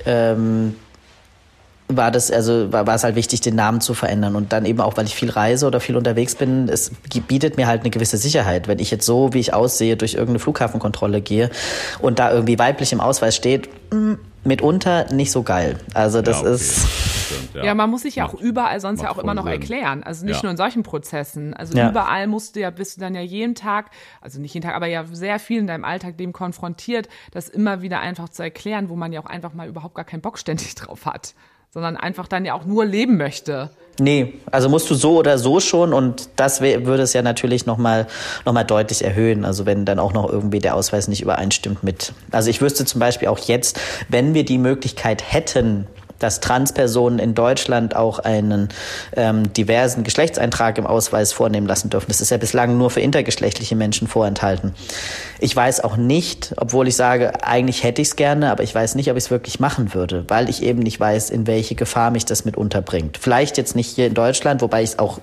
war es halt wichtig, den Namen zu verändern und dann eben auch, weil ich viel reise oder viel unterwegs bin, es bietet mir halt eine gewisse Sicherheit, wenn ich jetzt so, wie ich aussehe, durch irgendeine Flughafenkontrolle gehe und da irgendwie weiblich im Ausweis steht, mitunter nicht so geil. Also das ist... Stimmt, ja, man muss sich ja auch überall sonst ja auch immer noch erklären. Also nicht nur in solchen Prozessen. Also überall bist du dann ja jeden Tag, also nicht jeden Tag, aber ja sehr viel in deinem Alltag dem konfrontiert, das immer wieder einfach zu erklären, wo man ja auch einfach mal überhaupt gar keinen Bock ständig drauf hat, sondern einfach dann ja auch nur leben möchte. Nee, also musst du so oder so schon und das würde es ja natürlich noch mal deutlich erhöhen, also wenn dann auch noch irgendwie der Ausweis nicht übereinstimmt mit. Also ich wüsste zum Beispiel auch jetzt, wenn wir die Möglichkeit hätten, dass Transpersonen in Deutschland auch einen diversen Geschlechtseintrag im Ausweis vornehmen lassen dürfen. Das ist ja bislang nur für intergeschlechtliche Menschen vorenthalten. Ich weiß auch nicht, obwohl ich sage, eigentlich hätte ich es gerne, aber ich weiß nicht, ob ich es wirklich machen würde, weil ich eben nicht weiß, in welche Gefahr mich das mit unterbringt. Vielleicht jetzt nicht hier in Deutschland, wobei ich auch,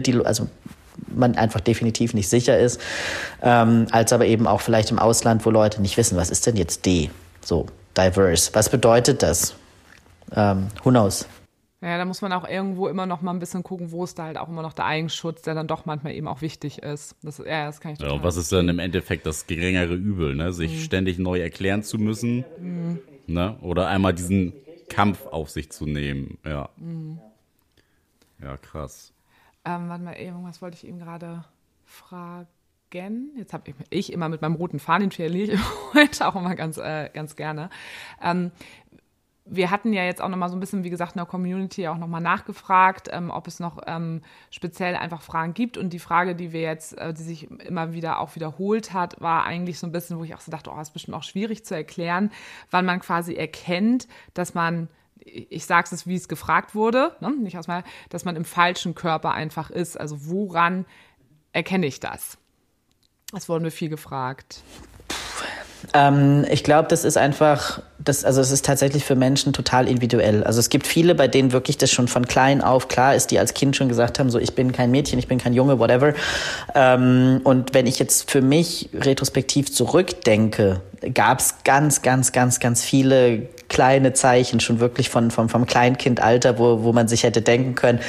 man einfach definitiv nicht sicher ist, als aber eben auch vielleicht im Ausland, wo Leute nicht wissen, was ist denn jetzt diverse, was bedeutet das? Who knows? Ja, da muss man auch irgendwo immer noch mal ein bisschen gucken, wo ist da halt auch immer noch der Eigenschutz, der dann doch manchmal eben auch wichtig ist. Das kann ich total und was ist dann im Endeffekt das geringere Übel, ne? Sich ständig neu erklären zu müssen, ne? Oder einmal diesen Kampf auf sich zu nehmen, ja. Ja, krass. Warte mal, irgendwas wollte ich eben gerade fragen. Jetzt habe ich immer mit meinem roten Faden, den verliere ich heute auch immer ganz gerne. Wir hatten ja jetzt auch nochmal so ein bisschen, wie gesagt, in der Community auch nochmal nachgefragt, ob es noch speziell einfach Fragen gibt. Und die Frage, die wir jetzt, die sich immer wieder auch wiederholt hat, war eigentlich so ein bisschen, wo ich auch so dachte, ist bestimmt auch schwierig zu erklären, wann man quasi erkennt, dass man, ich sage es, wie es gefragt wurde, ne? Nicht aus meiner, dass man im falschen Körper einfach ist. Also woran erkenne ich das? Das wurden wir viel gefragt. Ich glaube, das ist einfach, es ist tatsächlich für Menschen total individuell. Also es gibt viele, bei denen wirklich das schon von klein auf klar ist, die als Kind schon gesagt haben, so ich bin kein Mädchen, ich bin kein Junge, whatever. Und wenn ich jetzt für mich retrospektiv zurückdenke, gab es ganz, ganz, ganz, ganz viele kleine Zeichen schon wirklich vom Kleinkindalter, wo man sich hätte denken können,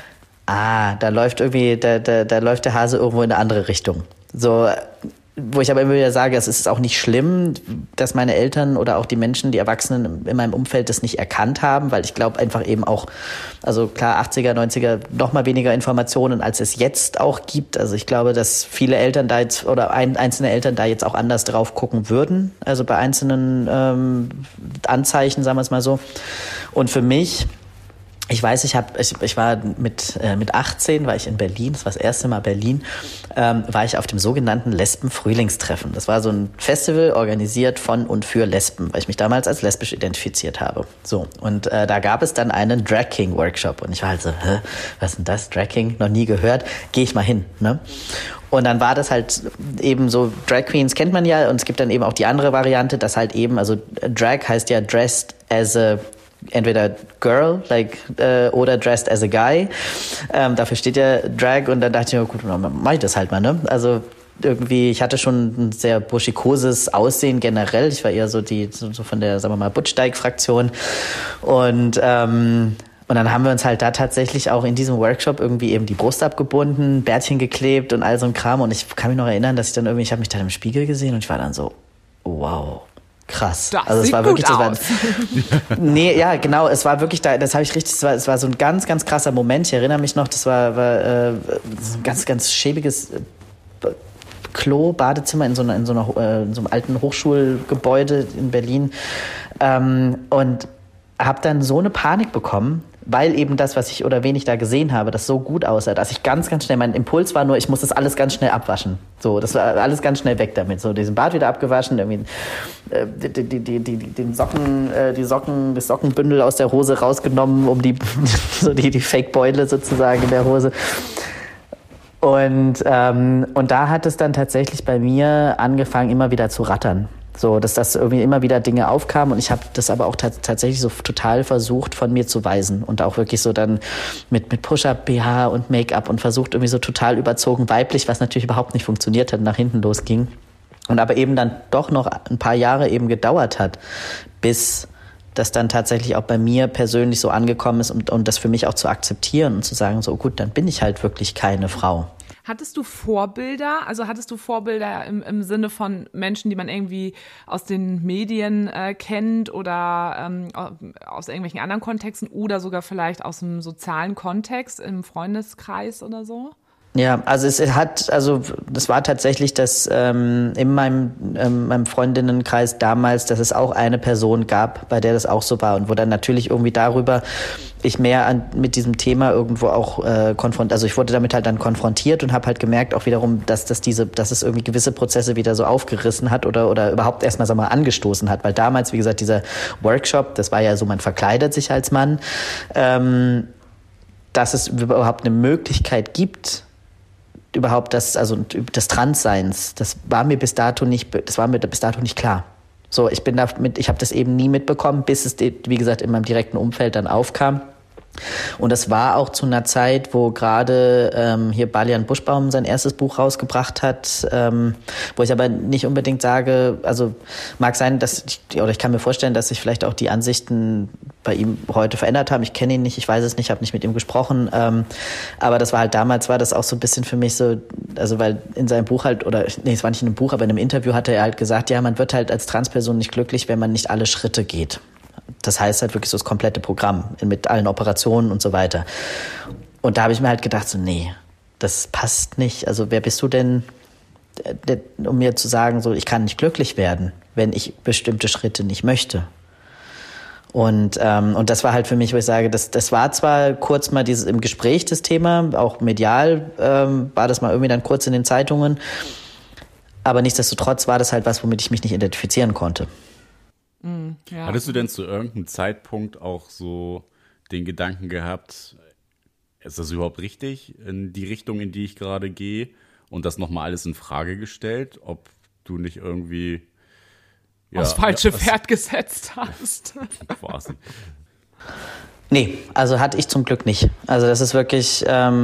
da läuft irgendwie, da läuft der Hase irgendwo in eine andere Richtung. So, wo ich aber immer wieder sage, es ist auch nicht schlimm, dass meine Eltern oder auch die Menschen, die Erwachsenen in meinem Umfeld das nicht erkannt haben, weil ich glaube einfach eben auch, also klar, 80er, 90er, noch mal weniger Informationen, als es jetzt auch gibt. Also ich glaube, dass viele Eltern da jetzt oder einzelne Eltern da jetzt auch anders drauf gucken würden, also bei einzelnen Anzeichen, sagen wir es mal so. Und für mich, ich weiß, ich war mit 18, war ich in Berlin, das war das erste Mal Berlin, war ich auf dem sogenannten Lesben-Frühlingstreffen. Das war so ein Festival organisiert von und für Lesben, weil ich mich damals als lesbisch identifiziert habe. So, und da gab es dann einen Drag-King-Workshop und ich war halt so, was ist denn das, Drag-King? Noch nie gehört, gehe ich mal hin, ne? Und dann war das halt eben so, Drag Queens kennt man ja und es gibt dann eben auch die andere Variante, dass halt eben, also Drag heißt ja dressed as a entweder Girl, oder dressed as a guy. Dafür steht ja Drag und dann dachte ich mir, gut, dann mach ich das halt mal, ne? Also irgendwie, ich hatte schon ein sehr burschikoses Aussehen generell. Ich war eher so von der, sagen wir mal, Butchsteig-Fraktion. Und dann haben wir uns halt da tatsächlich auch in diesem Workshop irgendwie eben die Brust abgebunden, Bärtchen geklebt und all so ein Kram. Und ich kann mich noch erinnern, dass ich habe mich dann im Spiegel gesehen und ich war dann so, wow. Krass. Das sieht war wirklich, gut aus. Nee, ja, genau, es war wirklich das habe ich richtig, es war so ein ganz, ganz krasser Moment. Ich erinnere mich noch, das war ein ganz, ganz schäbiges Badezimmer in so einem alten Hochschulgebäude in Berlin. Und habe dann so eine Panik bekommen, weil eben das, wen ich da gesehen habe, das so gut aussah, dass ich ganz, ganz schnell, mein Impuls war nur, ich muss das alles ganz schnell abwaschen. So, das war alles ganz schnell weg damit. So, diesen Bart wieder abgewaschen, irgendwie das Sockenbündel aus der Hose rausgenommen, um die Fake-Beule sozusagen in der Hose. Und da hat es dann tatsächlich bei mir angefangen, immer wieder zu rattern. So, dass das irgendwie immer wieder Dinge aufkamen und ich habe das aber auch tatsächlich so total versucht von mir zu weisen und auch wirklich so dann mit Push-Up, BH und Make-up und versucht irgendwie so total überzogen weiblich, was natürlich überhaupt nicht funktioniert hat, nach hinten losging und aber eben dann doch noch ein paar Jahre eben gedauert hat, bis das dann tatsächlich auch bei mir persönlich so angekommen ist und das für mich auch zu akzeptieren und zu sagen, so gut, dann bin ich halt wirklich keine Frau. Hattest du Vorbilder? Also hattest du Vorbilder im Sinne von Menschen, die man irgendwie aus den Medien kennt oder aus irgendwelchen anderen Kontexten oder sogar vielleicht aus dem sozialen Kontext im Freundeskreis oder so? Ja, also das war tatsächlich, dass in meinem Freundinnenkreis damals, dass es auch eine Person gab, bei der das auch so war und wo dann natürlich irgendwie darüber ich mehr mit diesem Thema irgendwo auch also ich wurde damit halt dann konfrontiert und habe halt gemerkt auch wiederum, dass es irgendwie gewisse Prozesse wieder so aufgerissen hat oder überhaupt erstmal, sag mal, angestoßen hat, weil damals, wie gesagt, dieser Workshop, das war ja so, man verkleidet sich als Mann, dass es überhaupt eine Möglichkeit gibt, überhaupt des Transseins, das war mir bis dato nicht klar. So, ich habe das eben nie mitbekommen, bis es, wie gesagt, in meinem direkten Umfeld dann aufkam. Und das war auch zu einer Zeit, wo gerade hier Balian Buschbaum sein erstes Buch rausgebracht hat, wo ich aber nicht unbedingt sage, also mag sein, ich kann mir vorstellen, dass sich vielleicht auch die Ansichten bei ihm heute verändert haben. Ich kenne ihn nicht, ich weiß es nicht, habe nicht mit ihm gesprochen, aber das war halt damals, war das auch so ein bisschen für mich so, also weil in seinem Buch halt, es war nicht in einem Buch, aber in einem Interview hatte er halt gesagt, ja, man wird halt als Transperson nicht glücklich, wenn man nicht alle Schritte geht. Das heißt halt wirklich so das komplette Programm mit allen Operationen und so weiter. Und da habe ich mir halt gedacht, so nee, das passt nicht. Also wer bist du denn, um mir zu sagen, so ich kann nicht glücklich werden, wenn ich bestimmte Schritte nicht möchte. Und das war halt für mich, wo ich sage, das war zwar kurz mal dieses im Gespräch das Thema, auch medial war das mal irgendwie dann kurz in den Zeitungen, aber nichtsdestotrotz war das halt was, womit ich mich nicht identifizieren konnte. Ja. Hattest du denn zu irgendeinem Zeitpunkt auch so den Gedanken gehabt, ist das überhaupt richtig in die Richtung, in die ich gerade gehe, und das nochmal alles in Frage gestellt, ob du nicht irgendwie aufs falsche Pferd gesetzt hast? Quasi. Nee, also hatte ich zum Glück nicht. Also das ist wirklich,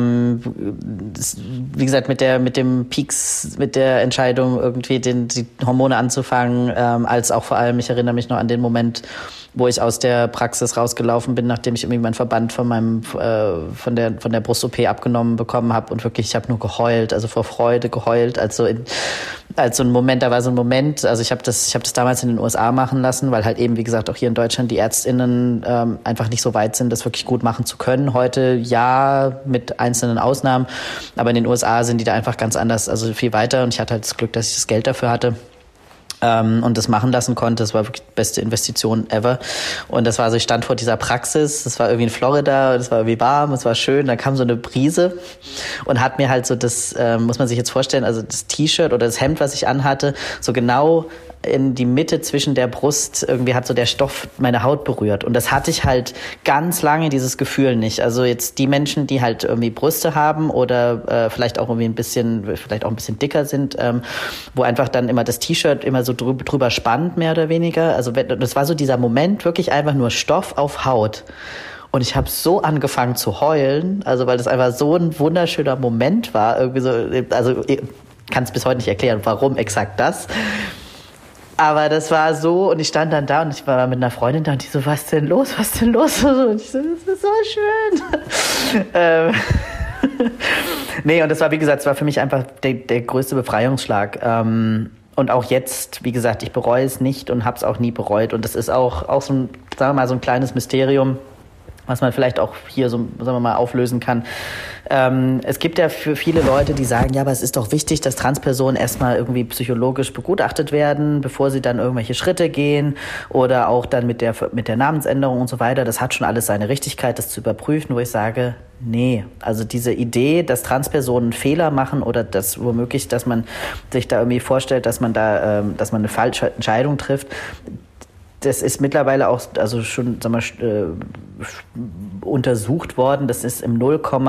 wie gesagt, mit dem Peaks, mit der Entscheidung irgendwie die Hormone anzufangen, als auch vor allem, ich erinnere mich noch an den Moment, wo ich aus der Praxis rausgelaufen bin, nachdem ich irgendwie meinen Verband von der Brust-OP abgenommen bekommen habe und wirklich, ich habe nur geheult, also vor Freude geheult, als so ein Moment, also ich habe das damals in den USA machen lassen, weil halt eben, wie gesagt, auch hier in Deutschland die ÄrztInnen einfach nicht so weit sind, das wirklich gut machen zu können. Heute ja, mit einzelnen Ausnahmen, aber in den USA sind die da einfach ganz anders, also viel weiter, und ich hatte halt das Glück, dass ich das Geld dafür hatte. Und das machen lassen konnte. Das war wirklich die beste Investition ever. Und das war so, ich stand vor dieser Praxis, das war irgendwie in Florida, das war irgendwie warm, es war schön, da kam so eine Brise und hat mir halt so das, muss man sich jetzt vorstellen, also das T-Shirt oder das Hemd, was ich anhatte, so genau in die Mitte zwischen der Brust, irgendwie hat so der Stoff meine Haut berührt. Und das hatte ich halt ganz lange, dieses Gefühl nicht. Also jetzt die Menschen, die halt irgendwie Brüste haben oder vielleicht auch ein bisschen dicker sind, wo einfach dann immer das T-Shirt immer so drüber spannt, mehr oder weniger. Also das war so dieser Moment, wirklich einfach nur Stoff auf Haut. Und ich habe so angefangen zu heulen, also weil das einfach so ein wunderschöner Moment war. Irgendwie so, also ich kann es bis heute nicht erklären, warum exakt das. Aber das war so, und ich stand dann da und ich war mit einer Freundin da und die so, was denn los? Und ich so, das ist so schön. Nee, und das war, wie gesagt, es war für mich einfach der größte Befreiungsschlag. Und auch jetzt, wie gesagt, ich bereue es nicht und habe es auch nie bereut. Und das ist auch so ein, sagen wir mal, so ein kleines Mysterium, was man vielleicht auch hier so, sagen wir mal, auflösen kann. Es gibt ja für viele Leute, die sagen, ja, aber es ist doch wichtig, dass Transpersonen erstmal irgendwie psychologisch begutachtet werden, bevor sie dann irgendwelche Schritte gehen oder auch dann mit der Namensänderung und so weiter. Das hat schon alles seine Richtigkeit, das zu überprüfen, wo ich sage, nee, also diese Idee, dass Transpersonen Fehler machen oder dass womöglich, dass man sich da irgendwie vorstellt, dass man eine falsche Entscheidung trifft, das ist mittlerweile auch, also schon, sagen wir, untersucht worden. Das ist im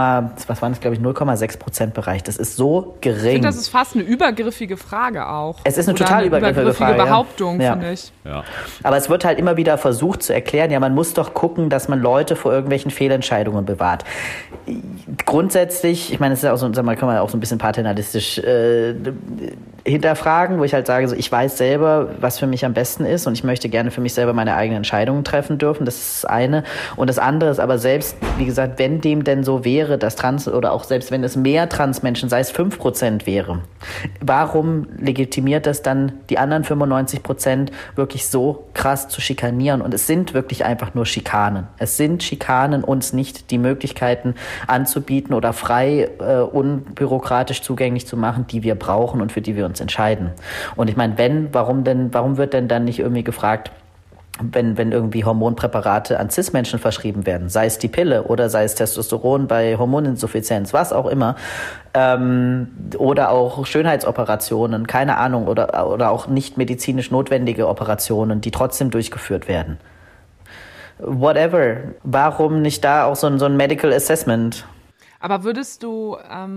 0,6% Bereich. Das ist so gering. Ich finde, das ist fast eine übergriffige Frage auch. Es ist eine total übergriffige Frage. Behauptung, ja. Finde ich. Ja. Aber es wird halt immer wieder versucht zu erklären, ja, man muss doch gucken, dass man Leute vor irgendwelchen Fehlentscheidungen bewahrt. Grundsätzlich, ich meine, es ist ja auch so, sagen wir mal, kann man auch so ein bisschen paternalistisch hinterfragen, wo ich halt sage, so, ich weiß selber, was für mich am besten ist und ich möchte gerne für mich selber meine eigenen Entscheidungen treffen dürfen. Das ist das eine. Und das andere ist aber selbst, wie gesagt, wenn dem denn so wäre, dass Trans oder auch selbst wenn es mehr Transmenschen, sei es 5% wäre, warum legitimiert das dann die anderen 95% wirklich so krass zu schikanieren? Und es sind wirklich einfach nur Schikanen. Es sind Schikanen, uns nicht die Möglichkeiten anzubieten oder frei, unbürokratisch zugänglich zu machen, die wir brauchen und für die wir uns entscheiden. Und ich meine, warum wird denn dann nicht irgendwie gefragt, wenn irgendwie Hormonpräparate an Cis-Menschen verschrieben werden, sei es die Pille oder sei es Testosteron bei Hormoninsuffizienz, was auch immer, oder auch Schönheitsoperationen, keine Ahnung, oder auch nicht medizinisch notwendige Operationen, die trotzdem durchgeführt werden. Whatever. Warum nicht da auch so ein Medical Assessment? Aber würdest du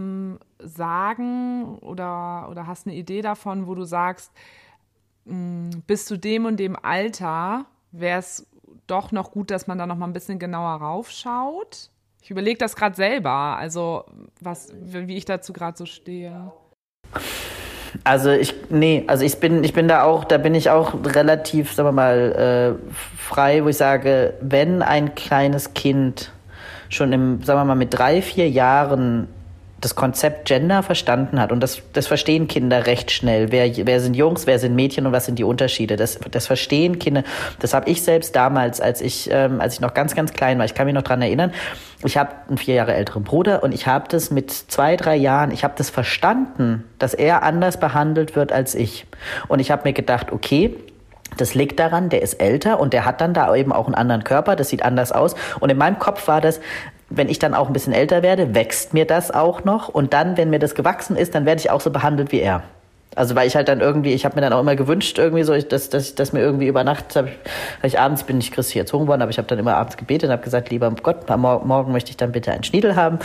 sagen oder hast eine Idee davon, wo du sagst, bis zu dem und dem Alter wäre es doch noch gut, dass man da noch mal ein bisschen genauer raufschaut? Ich überlege das gerade selber, also wie ich dazu gerade so stehe. Ich bin da bin ich auch relativ, sagen wir mal, frei, wo ich sage, wenn ein kleines Kind schon sagen wir mal, mit 3-4 Jahren das Konzept Gender verstanden hat, und das verstehen Kinder recht schnell. Wer sind Jungs, wer sind Mädchen und was sind die Unterschiede? Das verstehen Kinder. Das habe ich selbst damals, als ich noch ganz, ganz klein war, ich kann mich noch dran erinnern, ich habe einen 4 Jahre älteren Bruder und ich habe das mit 2-3 Jahren, ich habe das verstanden, dass er anders behandelt wird als ich. Und ich habe mir gedacht, okay, das liegt daran, der ist älter und der hat dann da eben auch einen anderen Körper, das sieht anders aus. Und in meinem Kopf war das, wenn ich dann auch ein bisschen älter werde, wächst mir das auch noch. Und dann, wenn mir das gewachsen ist, dann werde ich auch so behandelt wie er. Also weil ich halt dann irgendwie, ich habe mir dann auch immer gewünscht, irgendwie so, dass mir irgendwie über Nacht, abends bin ich christlich erzogen worden, aber ich habe dann immer abends gebetet und habe gesagt, lieber Gott, morgen möchte ich dann bitte einen Schniedel haben.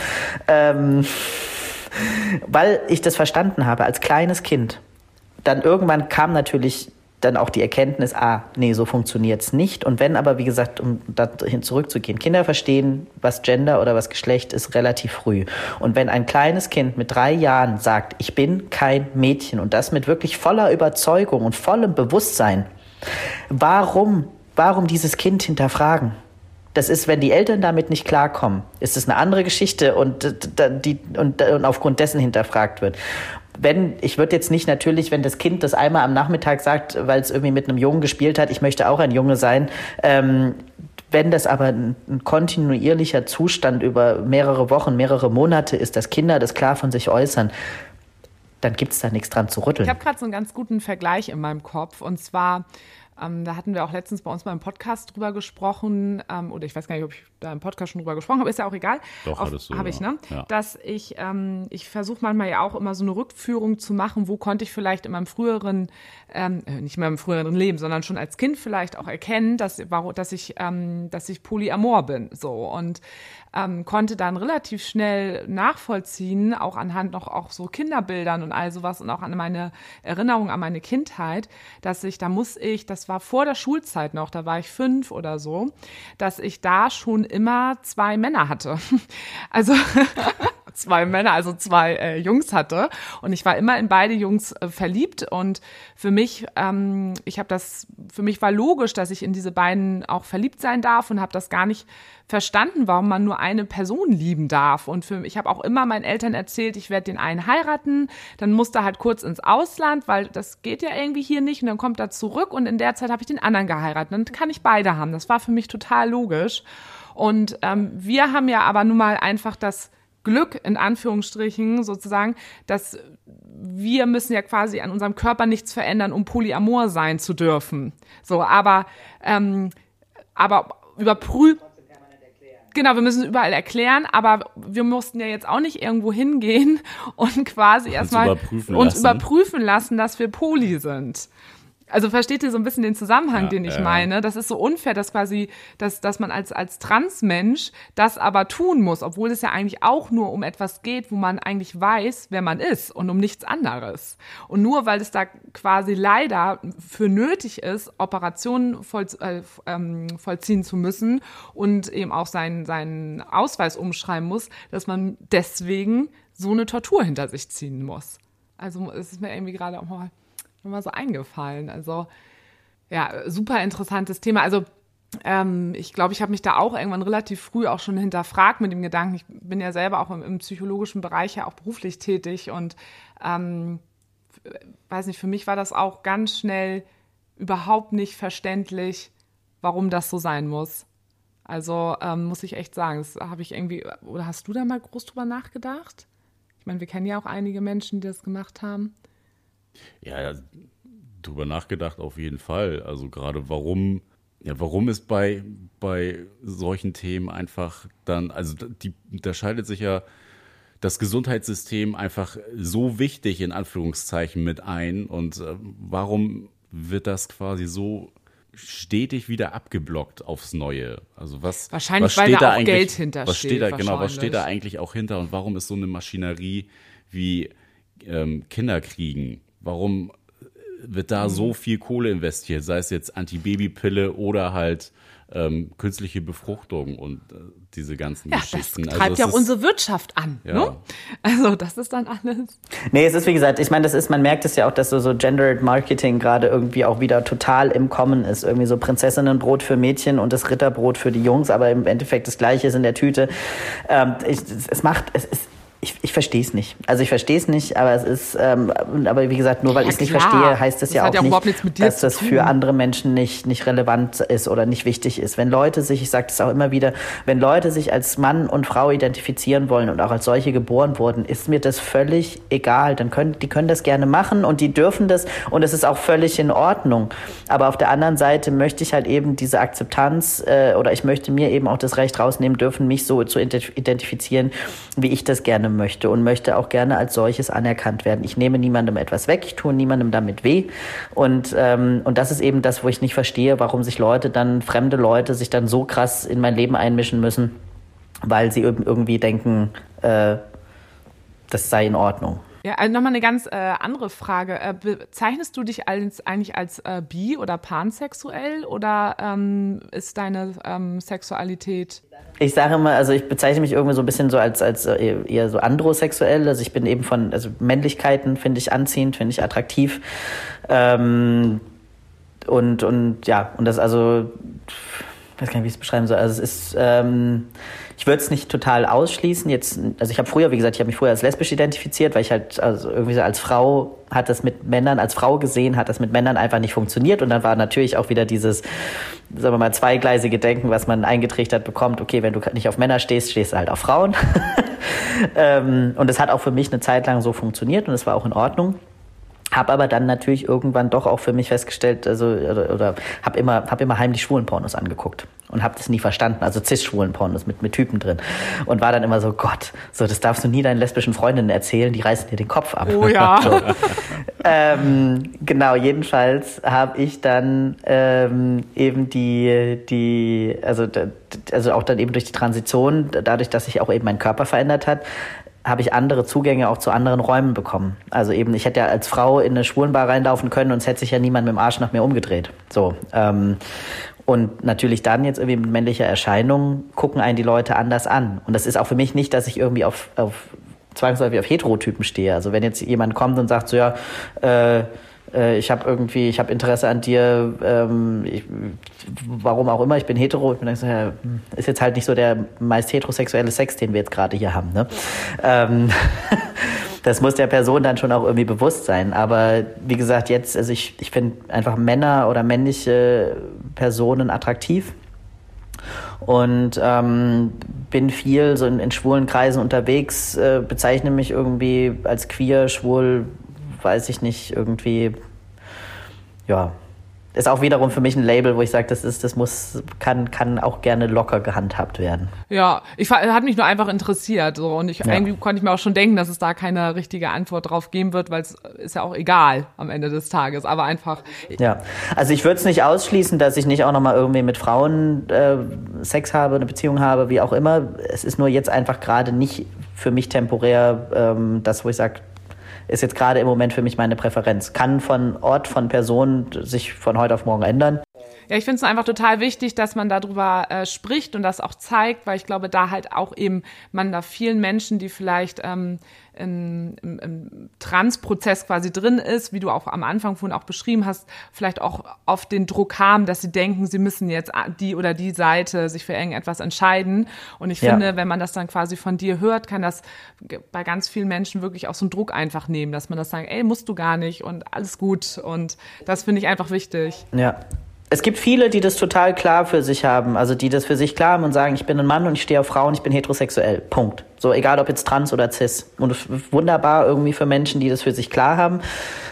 Weil ich das verstanden habe als kleines Kind. Dann irgendwann kam natürlich dann auch die Erkenntnis, nee, so funktioniert's nicht. Und wenn aber, wie gesagt, um dahin zurückzugehen, Kinder verstehen, was Gender oder was Geschlecht ist, relativ früh. Und wenn ein kleines Kind mit 3 Jahren sagt, ich bin kein Mädchen, und das mit wirklich voller Überzeugung und vollem Bewusstsein, warum dieses Kind hinterfragen? Das ist, wenn die Eltern damit nicht klarkommen, ist es eine andere Geschichte und aufgrund dessen hinterfragt wird. Ich würde jetzt nicht natürlich, wenn das Kind das einmal am Nachmittag sagt, weil es irgendwie mit einem Jungen gespielt hat, ich möchte auch ein Junge sein, wenn das aber ein kontinuierlicher Zustand über mehrere Wochen, mehrere Monate ist, dass Kinder das klar von sich äußern, dann gibt es da nichts dran zu rütteln. Ich habe gerade so einen ganz guten Vergleich in meinem Kopf, und zwar da hatten wir auch letztens bei uns mal im Podcast drüber gesprochen, oder ich weiß gar nicht, ob ich da im Podcast schon drüber gesprochen habe, ist ja auch egal. Doch, hattest du. Habe ich, ne? Ja. Dass ich versuche manchmal ja auch immer so eine Rückführung zu machen, wo konnte ich vielleicht in meinem früheren, nicht mehr im früheren Leben, sondern schon als Kind vielleicht auch erkennen, dass ich polyamor bin, so, und konnte dann relativ schnell nachvollziehen, auch anhand noch auch so Kinderbildern und all sowas und auch an meine Erinnerung an meine Kindheit, das war vor der Schulzeit noch, da war ich 5 oder so, dass ich da schon immer 2 Männer hatte. Also 2 Männer, also 2 Jungs hatte. Und ich war immer in beide Jungs verliebt. Und für mich war logisch, dass ich in diese beiden auch verliebt sein darf, und habe das gar nicht verstanden, warum man nur eine Person lieben darf. Und ich habe auch immer meinen Eltern erzählt, ich werde den einen heiraten, dann muss er halt kurz ins Ausland, weil das geht ja irgendwie hier nicht, und dann kommt er zurück und in der Zeit habe ich den anderen geheiratet. Dann kann ich beide haben. Das war für mich total logisch. Und wir haben ja aber nun mal einfach das Glück, in Anführungsstrichen sozusagen, dass wir müssen ja quasi an unserem Körper nichts verändern, um polyamor sein zu dürfen. So, aber überprüfen. Genau, wir müssen es überall erklären, aber wir mussten ja jetzt auch nicht irgendwo hingehen und quasi erstmal uns überprüfen lassen, dass wir poly sind. Also versteht ihr so ein bisschen den Zusammenhang, den ich meine? Das ist so unfair, dass quasi, dass man als Transmensch das aber tun muss, obwohl es ja eigentlich auch nur um etwas geht, wo man eigentlich weiß, wer man ist, und um nichts anderes. Und nur weil es da quasi leider für nötig ist, Operationen vollziehen zu müssen und eben auch seinen Ausweis umschreiben muss, dass man deswegen so eine Tortur hinter sich ziehen muss. Also es ist mir irgendwie gerade auch mal so eingefallen. Also ja, super interessantes Thema. Also Ich glaube, ich habe mich da auch irgendwann relativ früh auch schon hinterfragt mit dem Gedanken, ich bin ja selber auch im psychologischen Bereich ja auch beruflich tätig und weiß nicht, für mich war das auch ganz schnell überhaupt nicht verständlich, warum das so sein muss. Also muss ich echt sagen, das habe ich irgendwie, oder hast du da mal groß drüber nachgedacht? Ich meine, wir kennen ja auch einige Menschen, die das gemacht haben. Ja, drüber nachgedacht auf jeden Fall. Also gerade warum ist bei solchen Themen einfach dann, also da scheidet sich ja das Gesundheitssystem einfach so wichtig in Anführungszeichen mit ein und warum wird das quasi so stetig wieder abgeblockt aufs Neue? Also wahrscheinlich, weil da auch Geld hintersteht. Was steht da eigentlich auch hinter und warum ist so eine Maschinerie wie Kinderkriegen? Warum wird da so viel Kohle investiert, sei es jetzt Antibabypille oder halt künstliche Befruchtung und diese ganzen Geschichten. Das treibt ja auch unsere Wirtschaft an. Ja. Ne? Also das ist dann alles. Nee, es ist wie gesagt, ich meine, man merkt es ja auch, dass so Gendered Marketing gerade irgendwie auch wieder total im Kommen ist. Irgendwie so Prinzessinnenbrot für Mädchen und das Ritterbrot für die Jungs, aber im Endeffekt das Gleiche ist in der Tüte. Ich verstehe es nicht. Also ich verstehe es nicht, aber es ist, aber wie gesagt, nur weil ich es nicht verstehe, heißt es ja auch nicht, dass das für andere Menschen nicht relevant ist oder nicht wichtig ist. Wenn Leute sich, ich sage das auch immer wieder, wenn Leute sich als Mann und Frau identifizieren wollen und auch als solche geboren wurden, ist mir das völlig egal. Die können das gerne machen und die dürfen das und es ist auch völlig in Ordnung. Aber auf der anderen Seite möchte ich halt eben diese Akzeptanz oder ich möchte mir eben auch das Recht rausnehmen dürfen, mich so zu identifizieren, wie ich das gerne möchte und möchte auch gerne als solches anerkannt werden. Ich nehme niemandem etwas weg, ich tue niemandem damit weh und das ist eben das, wo ich nicht verstehe, warum sich fremde Leute sich dann so krass in mein Leben einmischen müssen, weil sie irgendwie denken, das sei in Ordnung. Ja, also nochmal eine ganz andere Frage. Bezeichnest du dich eigentlich als bi- oder pansexuell oder ist deine Sexualität? Ich sage immer, also ich bezeichne mich irgendwie so ein bisschen so als eher so androsexuell. Also ich bin eben also Männlichkeiten finde ich anziehend, finde ich attraktiv. Und das also, ich weiß gar nicht, wie ich es beschreiben soll. Also es ist, ich würde es nicht total ausschließen. Also ich habe mich früher als lesbisch identifiziert, weil ich halt also irgendwie so als Frau als Frau gesehen, hat das mit Männern einfach nicht funktioniert. Und dann war natürlich auch wieder dieses, sagen wir mal, zweigleisige Denken, was man eingetrichtert bekommt. Okay, wenn du nicht auf Männer stehst, stehst du halt auf Frauen. Und es hat auch für mich eine Zeit lang so funktioniert und es war auch in Ordnung. Hab aber dann natürlich irgendwann doch auch für mich festgestellt, hab immer heimlich Schwulenpornos angeguckt und hab das nie verstanden, also Cis-Schwulenpornos mit Typen drin und war dann immer so, Gott, so das darfst du nie deinen lesbischen Freundinnen erzählen, die reißen dir den Kopf ab. Oh ja. So. Genau, jedenfalls habe ich dann eben also auch dann eben durch die Transition, dadurch, dass sich auch eben mein Körper verändert hat, habe ich andere Zugänge auch zu anderen Räumen bekommen. Also eben, ich hätte ja als Frau in eine Schwulenbar reinlaufen können und es hätte sich ja niemand mit dem Arsch nach mir umgedreht. So. Und natürlich dann jetzt irgendwie mit männlicher Erscheinung gucken einen die Leute anders an. Und das ist auch für mich nicht, dass ich irgendwie zwangsläufig auf Heterotypen stehe. Also wenn jetzt jemand kommt und sagt so, ja, ich habe Interesse an dir, warum auch immer, ich bin hetero. Ich bin so, ja, ist jetzt halt nicht so der meist heterosexuelle Sex, den wir jetzt gerade hier haben. Ne? Das muss der Person dann schon auch irgendwie bewusst sein. Aber wie gesagt, also ich finde einfach Männer oder männliche Personen attraktiv. Und bin viel so in schwulen Kreisen unterwegs, bezeichne mich irgendwie als queer, schwul, weiß ich nicht, irgendwie, ja, ist auch wiederum für mich ein Label, wo ich sage, kann auch gerne locker gehandhabt werden. Ja, hat mich nur einfach interessiert, so, und irgendwie konnte ich mir auch schon denken, dass es da keine richtige Antwort drauf geben wird, weil es ist ja auch egal am Ende des Tages, aber einfach. Ja, also ich würde es nicht ausschließen, dass ich nicht auch nochmal irgendwie mit Frauen Sex habe, eine Beziehung habe, wie auch immer. Es ist nur jetzt einfach gerade nicht für mich temporär das, wo ich sage, ist jetzt gerade im Moment für mich meine Präferenz. Kann von Ort, von Person sich von heute auf morgen ändern. Ja, ich finde es einfach total wichtig, dass man darüber spricht und das auch zeigt, weil ich glaube, da halt auch eben man da vielen Menschen, die vielleicht im Trans-Prozess quasi drin ist, wie du auch am Anfang vorhin auch beschrieben hast, vielleicht auch oft den Druck haben, dass sie denken, sie müssen jetzt die oder die Seite sich für irgendetwas entscheiden. Und ich finde, wenn man das dann quasi von dir hört, kann das bei ganz vielen Menschen wirklich auch so einen Druck einfach nehmen, dass man das sagt, ey, musst du gar nicht und alles gut. Und das finde ich einfach wichtig. Ja. Es gibt viele, die das total klar für sich haben, also die das für sich klar haben und sagen, ich bin ein Mann und ich stehe auf Frauen, ich bin heterosexuell, Punkt. So, egal ob jetzt trans oder cis. Und es ist wunderbar irgendwie für Menschen, die das für sich klar haben.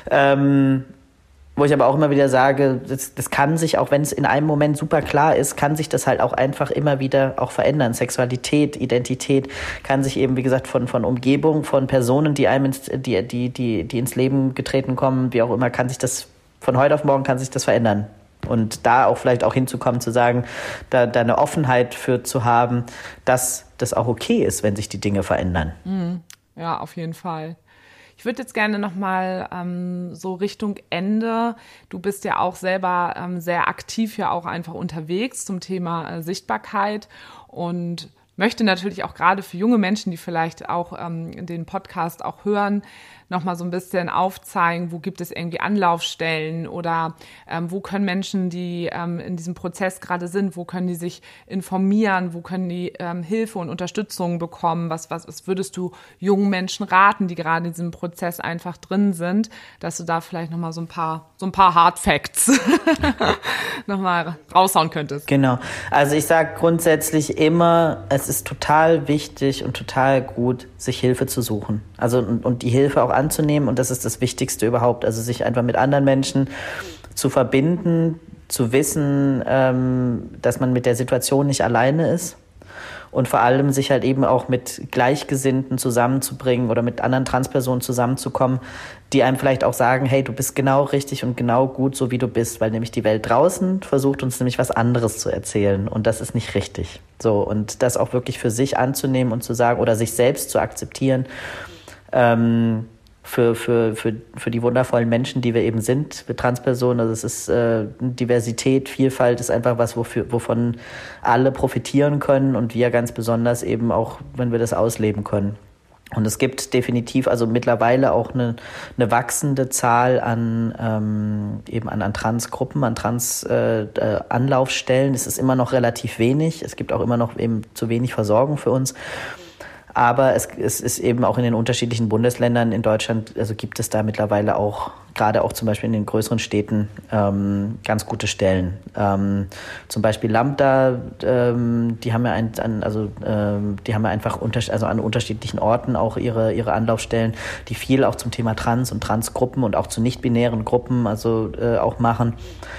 Wo ich aber auch immer wieder sage, das kann sich, auch wenn es in einem Moment super klar ist, kann sich das halt auch einfach immer wieder auch verändern. Sexualität, Identität kann sich eben, wie gesagt, von Umgebung, von Personen, die einem die ins Leben getreten kommen, wie auch immer, kann sich das von heute auf morgen kann sich das verändern. Und da auch vielleicht auch hinzukommen, zu sagen, da eine Offenheit für zu haben, dass das auch okay ist, wenn sich die Dinge verändern. Ja, auf jeden Fall. Ich würde jetzt gerne nochmal so Richtung Ende. Du bist ja auch selber sehr aktiv ja auch einfach unterwegs zum Thema Sichtbarkeit und möchte natürlich auch gerade für junge Menschen, die vielleicht auch den Podcast auch hören, nochmal so ein bisschen aufzeigen, wo gibt es irgendwie Anlaufstellen oder wo können Menschen, die in diesem Prozess gerade sind, wo können die sich informieren, wo können die Hilfe und Unterstützung bekommen, was würdest du jungen Menschen raten, die gerade in diesem Prozess einfach drin sind, dass du da vielleicht nochmal so ein paar Hard Facts nochmal raushauen könntest. Genau, also ich sage grundsätzlich immer, es ist total wichtig und total gut, sich Hilfe zu suchen. Also und die Hilfe auch anzunehmen und das ist das Wichtigste überhaupt. Also sich einfach mit anderen Menschen zu verbinden, zu wissen, dass man mit der Situation nicht alleine ist und vor allem sich halt eben auch mit Gleichgesinnten zusammenzubringen oder mit anderen Transpersonen zusammenzukommen, die einem vielleicht auch sagen, hey, du bist genau richtig und genau gut, so wie du bist, weil nämlich die Welt draußen versucht uns nämlich was anderes zu erzählen und das ist nicht richtig. So, und das auch wirklich für sich anzunehmen und zu sagen oder sich selbst zu akzeptieren, für die wundervollen Menschen, die wir eben sind, für Transpersonen. Also es ist Diversität, Vielfalt ist einfach was, wovon alle profitieren können und wir ganz besonders eben auch, wenn wir das ausleben können. Und es gibt definitiv also mittlerweile auch eine wachsende Zahl an Transgruppen, an Trans-Anlaufstellen. Es ist immer noch relativ wenig. Es gibt auch immer noch eben zu wenig Versorgung für uns. Aber es ist eben auch in den unterschiedlichen Bundesländern in Deutschland, also gibt es da mittlerweile auch, gerade auch zum Beispiel in den größeren Städten, ganz gute Stellen. Zum Beispiel Lambda, die haben ja einfach an unterschiedlichen Orten auch ihre Anlaufstellen, die viel auch zum Thema Trans und Transgruppen und auch zu nicht-binären Gruppen auch machen.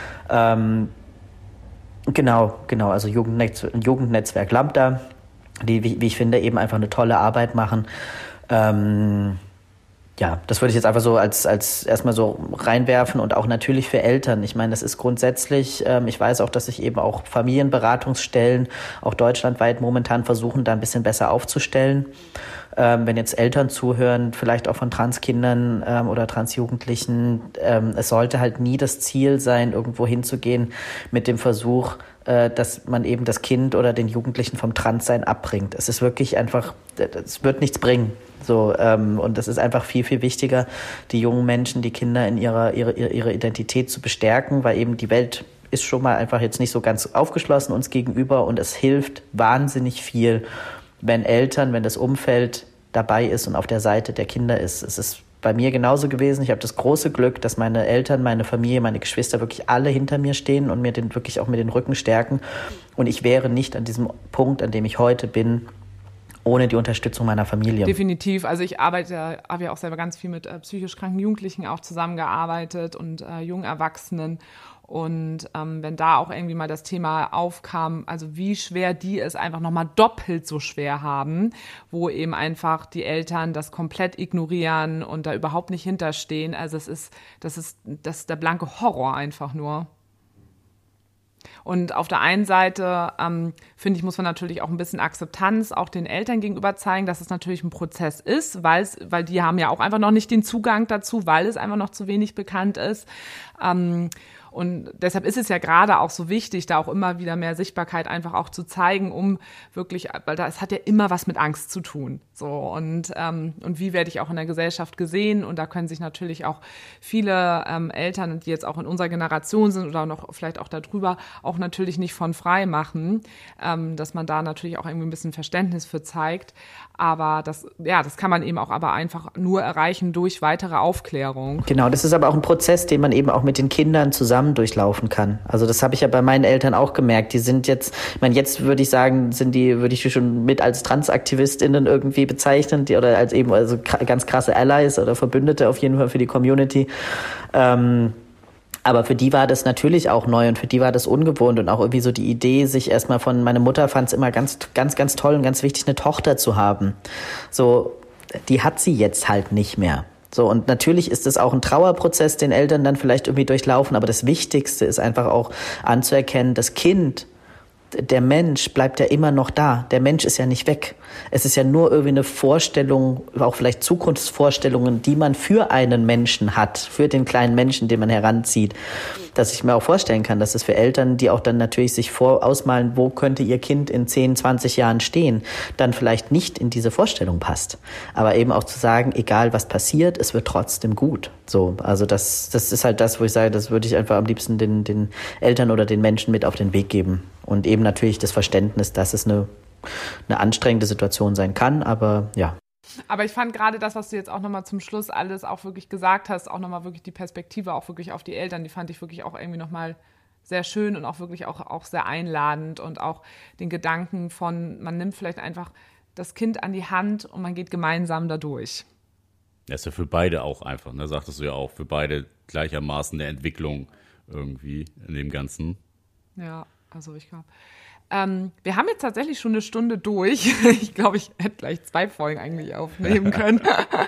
Genau, also Jugendnetzwerk Lambda, die, wie ich finde, eben einfach eine tolle Arbeit machen. Das würde ich jetzt einfach so als erstmal so reinwerfen und auch natürlich für Eltern. Ich meine, das ist grundsätzlich, ich weiß auch, dass sich eben auch Familienberatungsstellen auch deutschlandweit momentan versuchen, da ein bisschen besser aufzustellen. Wenn jetzt Eltern zuhören, vielleicht auch von Transkindern oder Transjugendlichen, es sollte halt nie das Ziel sein, irgendwo hinzugehen mit dem Versuch, dass man eben das Kind oder den Jugendlichen vom Transsein abbringt. Es ist wirklich einfach, es wird nichts bringen. So, und das ist einfach viel, viel wichtiger, die jungen Menschen, die Kinder in ihrer Identität zu bestärken, weil eben die Welt ist schon mal einfach jetzt nicht so ganz aufgeschlossen uns gegenüber und es hilft wahnsinnig viel, wenn das Umfeld dabei ist und auf der Seite der Kinder ist. Es ist bei mir genauso gewesen. Ich habe das große Glück, dass meine Eltern, meine Familie, meine Geschwister wirklich alle hinter mir stehen und mir wirklich auch mit den Rücken stärken. Und ich wäre nicht an diesem Punkt, an dem ich heute bin, ohne die Unterstützung meiner Familie. Definitiv. Also ich habe ja auch selber ganz viel mit psychisch kranken Jugendlichen auch zusammengearbeitet und jungen Erwachsenen. Und wenn da auch irgendwie mal das Thema aufkam, also wie schwer die es einfach nochmal doppelt so schwer haben, wo eben einfach die Eltern das komplett ignorieren und da überhaupt nicht hinterstehen. Also das ist der blanke Horror einfach nur. Und auf der einen Seite, finde ich, muss man natürlich auch ein bisschen Akzeptanz auch den Eltern gegenüber zeigen, dass es natürlich ein Prozess ist, weil die haben ja auch einfach noch nicht den Zugang dazu, weil es einfach noch zu wenig bekannt ist. Und Und deshalb ist es ja gerade auch so wichtig, da auch immer wieder mehr Sichtbarkeit einfach auch zu zeigen, um wirklich, weil es hat ja immer was mit Angst zu tun. So, und wie werde ich auch in der Gesellschaft gesehen? Und da können sich natürlich auch viele Eltern, die jetzt auch in unserer Generation sind oder noch vielleicht auch darüber, auch natürlich nicht von frei machen, dass man da natürlich auch irgendwie ein bisschen Verständnis für zeigt. Aber das kann man eben auch aber einfach nur erreichen durch weitere Aufklärung. Genau, das ist aber auch ein Prozess, den man eben auch mit den Kindern zusammen durchlaufen kann. Also das habe ich ja bei meinen Eltern auch gemerkt. Die sind jetzt, ich meine, jetzt würde ich sagen, würde ich die schon mit als TransaktivistInnen irgendwie bezeichnen, oder als eben also ganz krasse Allies oder Verbündete auf jeden Fall für die Community. Aber für die war das natürlich auch neu und für die war das ungewohnt und auch irgendwie so die Idee, sich erstmal meine Mutter fand es immer ganz, ganz, ganz toll und ganz wichtig, eine Tochter zu haben. So, die hat sie jetzt halt nicht mehr. So, und natürlich ist es auch ein Trauerprozess, den Eltern dann vielleicht irgendwie durchlaufen, aber das Wichtigste ist einfach auch anzuerkennen, das Kind, der Mensch bleibt ja immer noch da. Der Mensch ist ja nicht weg. Es ist ja nur irgendwie eine Vorstellung, auch vielleicht Zukunftsvorstellungen, die man für einen Menschen hat, für den kleinen Menschen, den man heranzieht. Dass ich mir auch vorstellen kann, dass es für Eltern, die auch dann natürlich sich ausmalen, wo könnte ihr Kind in 10, 20 Jahren stehen, dann vielleicht nicht in diese Vorstellung passt. Aber eben auch zu sagen, egal was passiert, es wird trotzdem gut. So, also das ist halt das, wo ich sage, das würde ich einfach am liebsten den Eltern oder den Menschen mit auf den Weg geben. Und eben natürlich das Verständnis, dass es eine anstrengende Situation sein kann, aber ja. Aber ich fand gerade das, was du jetzt auch nochmal zum Schluss alles auch wirklich gesagt hast, auch nochmal wirklich die Perspektive auch wirklich auf die Eltern, die fand ich wirklich auch irgendwie nochmal sehr schön und auch wirklich auch sehr einladend und auch den Gedanken von, man nimmt vielleicht einfach das Kind an die Hand und man geht gemeinsam da durch. Das ist ja für beide auch einfach, ne? Sagtest du ja auch, für beide gleichermaßen eine Entwicklung irgendwie in dem Ganzen. Ja, also ich glaube. Wir haben jetzt tatsächlich schon eine Stunde durch. Ich glaube, ich hätte gleich 2 Folgen eigentlich aufnehmen können.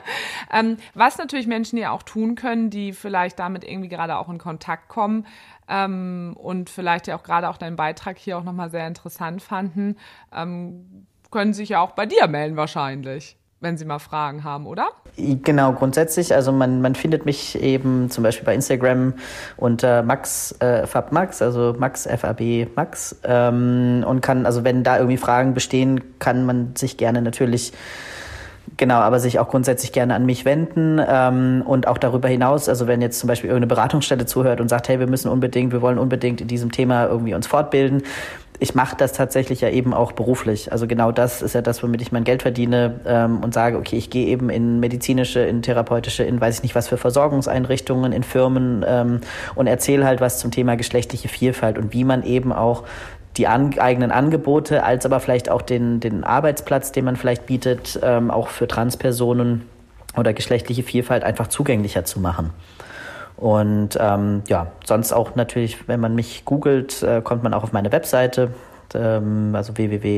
Was natürlich Menschen ja auch tun können, die vielleicht damit irgendwie gerade auch in Kontakt kommen und vielleicht ja auch gerade auch deinen Beitrag hier auch nochmal sehr interessant fanden, können sich ja auch bei dir melden wahrscheinlich, wenn sie mal Fragen haben, oder? Genau, grundsätzlich. Also man findet mich eben zum Beispiel bei Instagram unter FabMax, also Max, FAB Max. Und kann, also wenn da irgendwie Fragen bestehen, kann man sich gerne natürlich, aber sich auch grundsätzlich gerne an mich wenden. Und auch darüber hinaus, also wenn jetzt zum Beispiel irgendeine Beratungsstelle zuhört und sagt, hey, wir wollen unbedingt in diesem Thema irgendwie uns fortbilden. Ich mache das tatsächlich ja eben auch beruflich. Also genau das ist ja das, womit ich mein Geld verdiene und sage, okay, ich gehe eben in medizinische, in therapeutische, in weiß ich nicht was für Versorgungseinrichtungen, in Firmen und erzähle halt was zum Thema geschlechtliche Vielfalt und wie man eben auch die eigenen Angebote, als aber vielleicht auch den Arbeitsplatz, den man vielleicht bietet, auch für Transpersonen oder geschlechtliche Vielfalt einfach zugänglicher zu machen. Und sonst auch natürlich, wenn man mich googelt, kommt man auch auf meine Webseite, also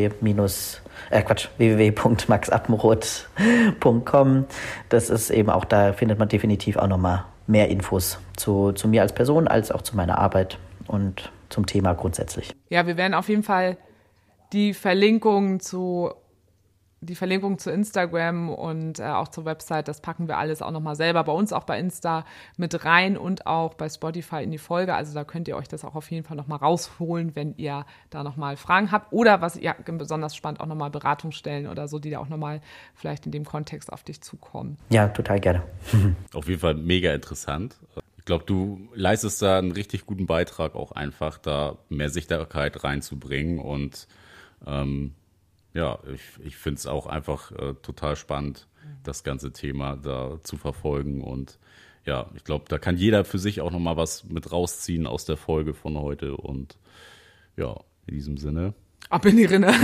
www.maxappenroth.com. Das ist eben auch, da findet man definitiv auch nochmal mehr Infos zu mir als Person, als auch zu meiner Arbeit und zum Thema grundsätzlich. Ja, wir werden auf jeden Fall die Verlinkung zu Instagram und auch zur Website, das packen wir alles auch nochmal selber bei uns auch bei Insta mit rein und auch bei Spotify in die Folge. Also da könnt ihr euch das auch auf jeden Fall nochmal rausholen, wenn ihr da nochmal Fragen habt oder was ihr besonders spannend auch nochmal Beratungsstellen oder so, die da auch nochmal vielleicht in dem Kontext auf dich zukommen. Ja, total gerne. Auf jeden Fall mega interessant. Ich glaube, du leistest da einen richtig guten Beitrag auch einfach, da mehr Sichtbarkeit reinzubringen und ich finde es auch einfach total spannend, das ganze Thema da zu verfolgen. Und ja, ich glaube, da kann jeder für sich auch nochmal was mit rausziehen aus der Folge von heute. Und ja, in diesem Sinne. Ab in die Rinne.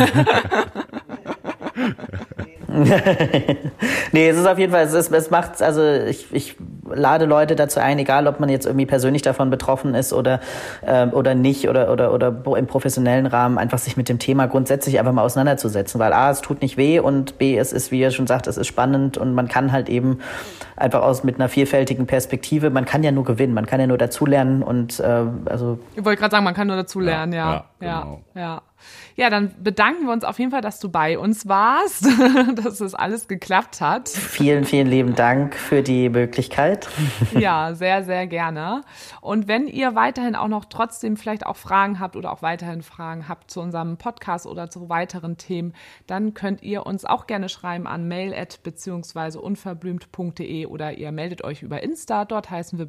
Nee, es ist auf jeden Fall, es macht, also ich lade Leute dazu ein, egal ob man jetzt irgendwie persönlich davon betroffen ist oder nicht oder im professionellen Rahmen, einfach sich mit dem Thema grundsätzlich einfach mal auseinanderzusetzen, weil A, es tut nicht weh und B, es ist, wie ihr schon sagt, es ist spannend und man kann halt eben einfach mit einer vielfältigen Perspektive, man kann ja nur gewinnen, man kann ja nur dazulernen und Ich wollte gerade sagen, man kann nur dazulernen, ja. Genau. Ja, dann bedanken wir uns auf jeden Fall, dass du bei uns warst, dass das alles geklappt hat. Vielen, vielen lieben Dank für die Möglichkeit. Ja, sehr, sehr gerne. Und wenn ihr weiterhin auch noch trotzdem vielleicht auch Fragen habt oder auch weiterhin Fragen habt zu unserem Podcast oder zu weiteren Themen, dann könnt ihr uns auch gerne schreiben an mail@beziehungsweise-unverblümt.de oder ihr meldet euch über Insta, dort heißen wir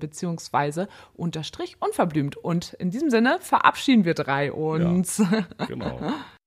_unverblümt. Und in diesem Sinne verabschieden wir drei uns. Ja, genau.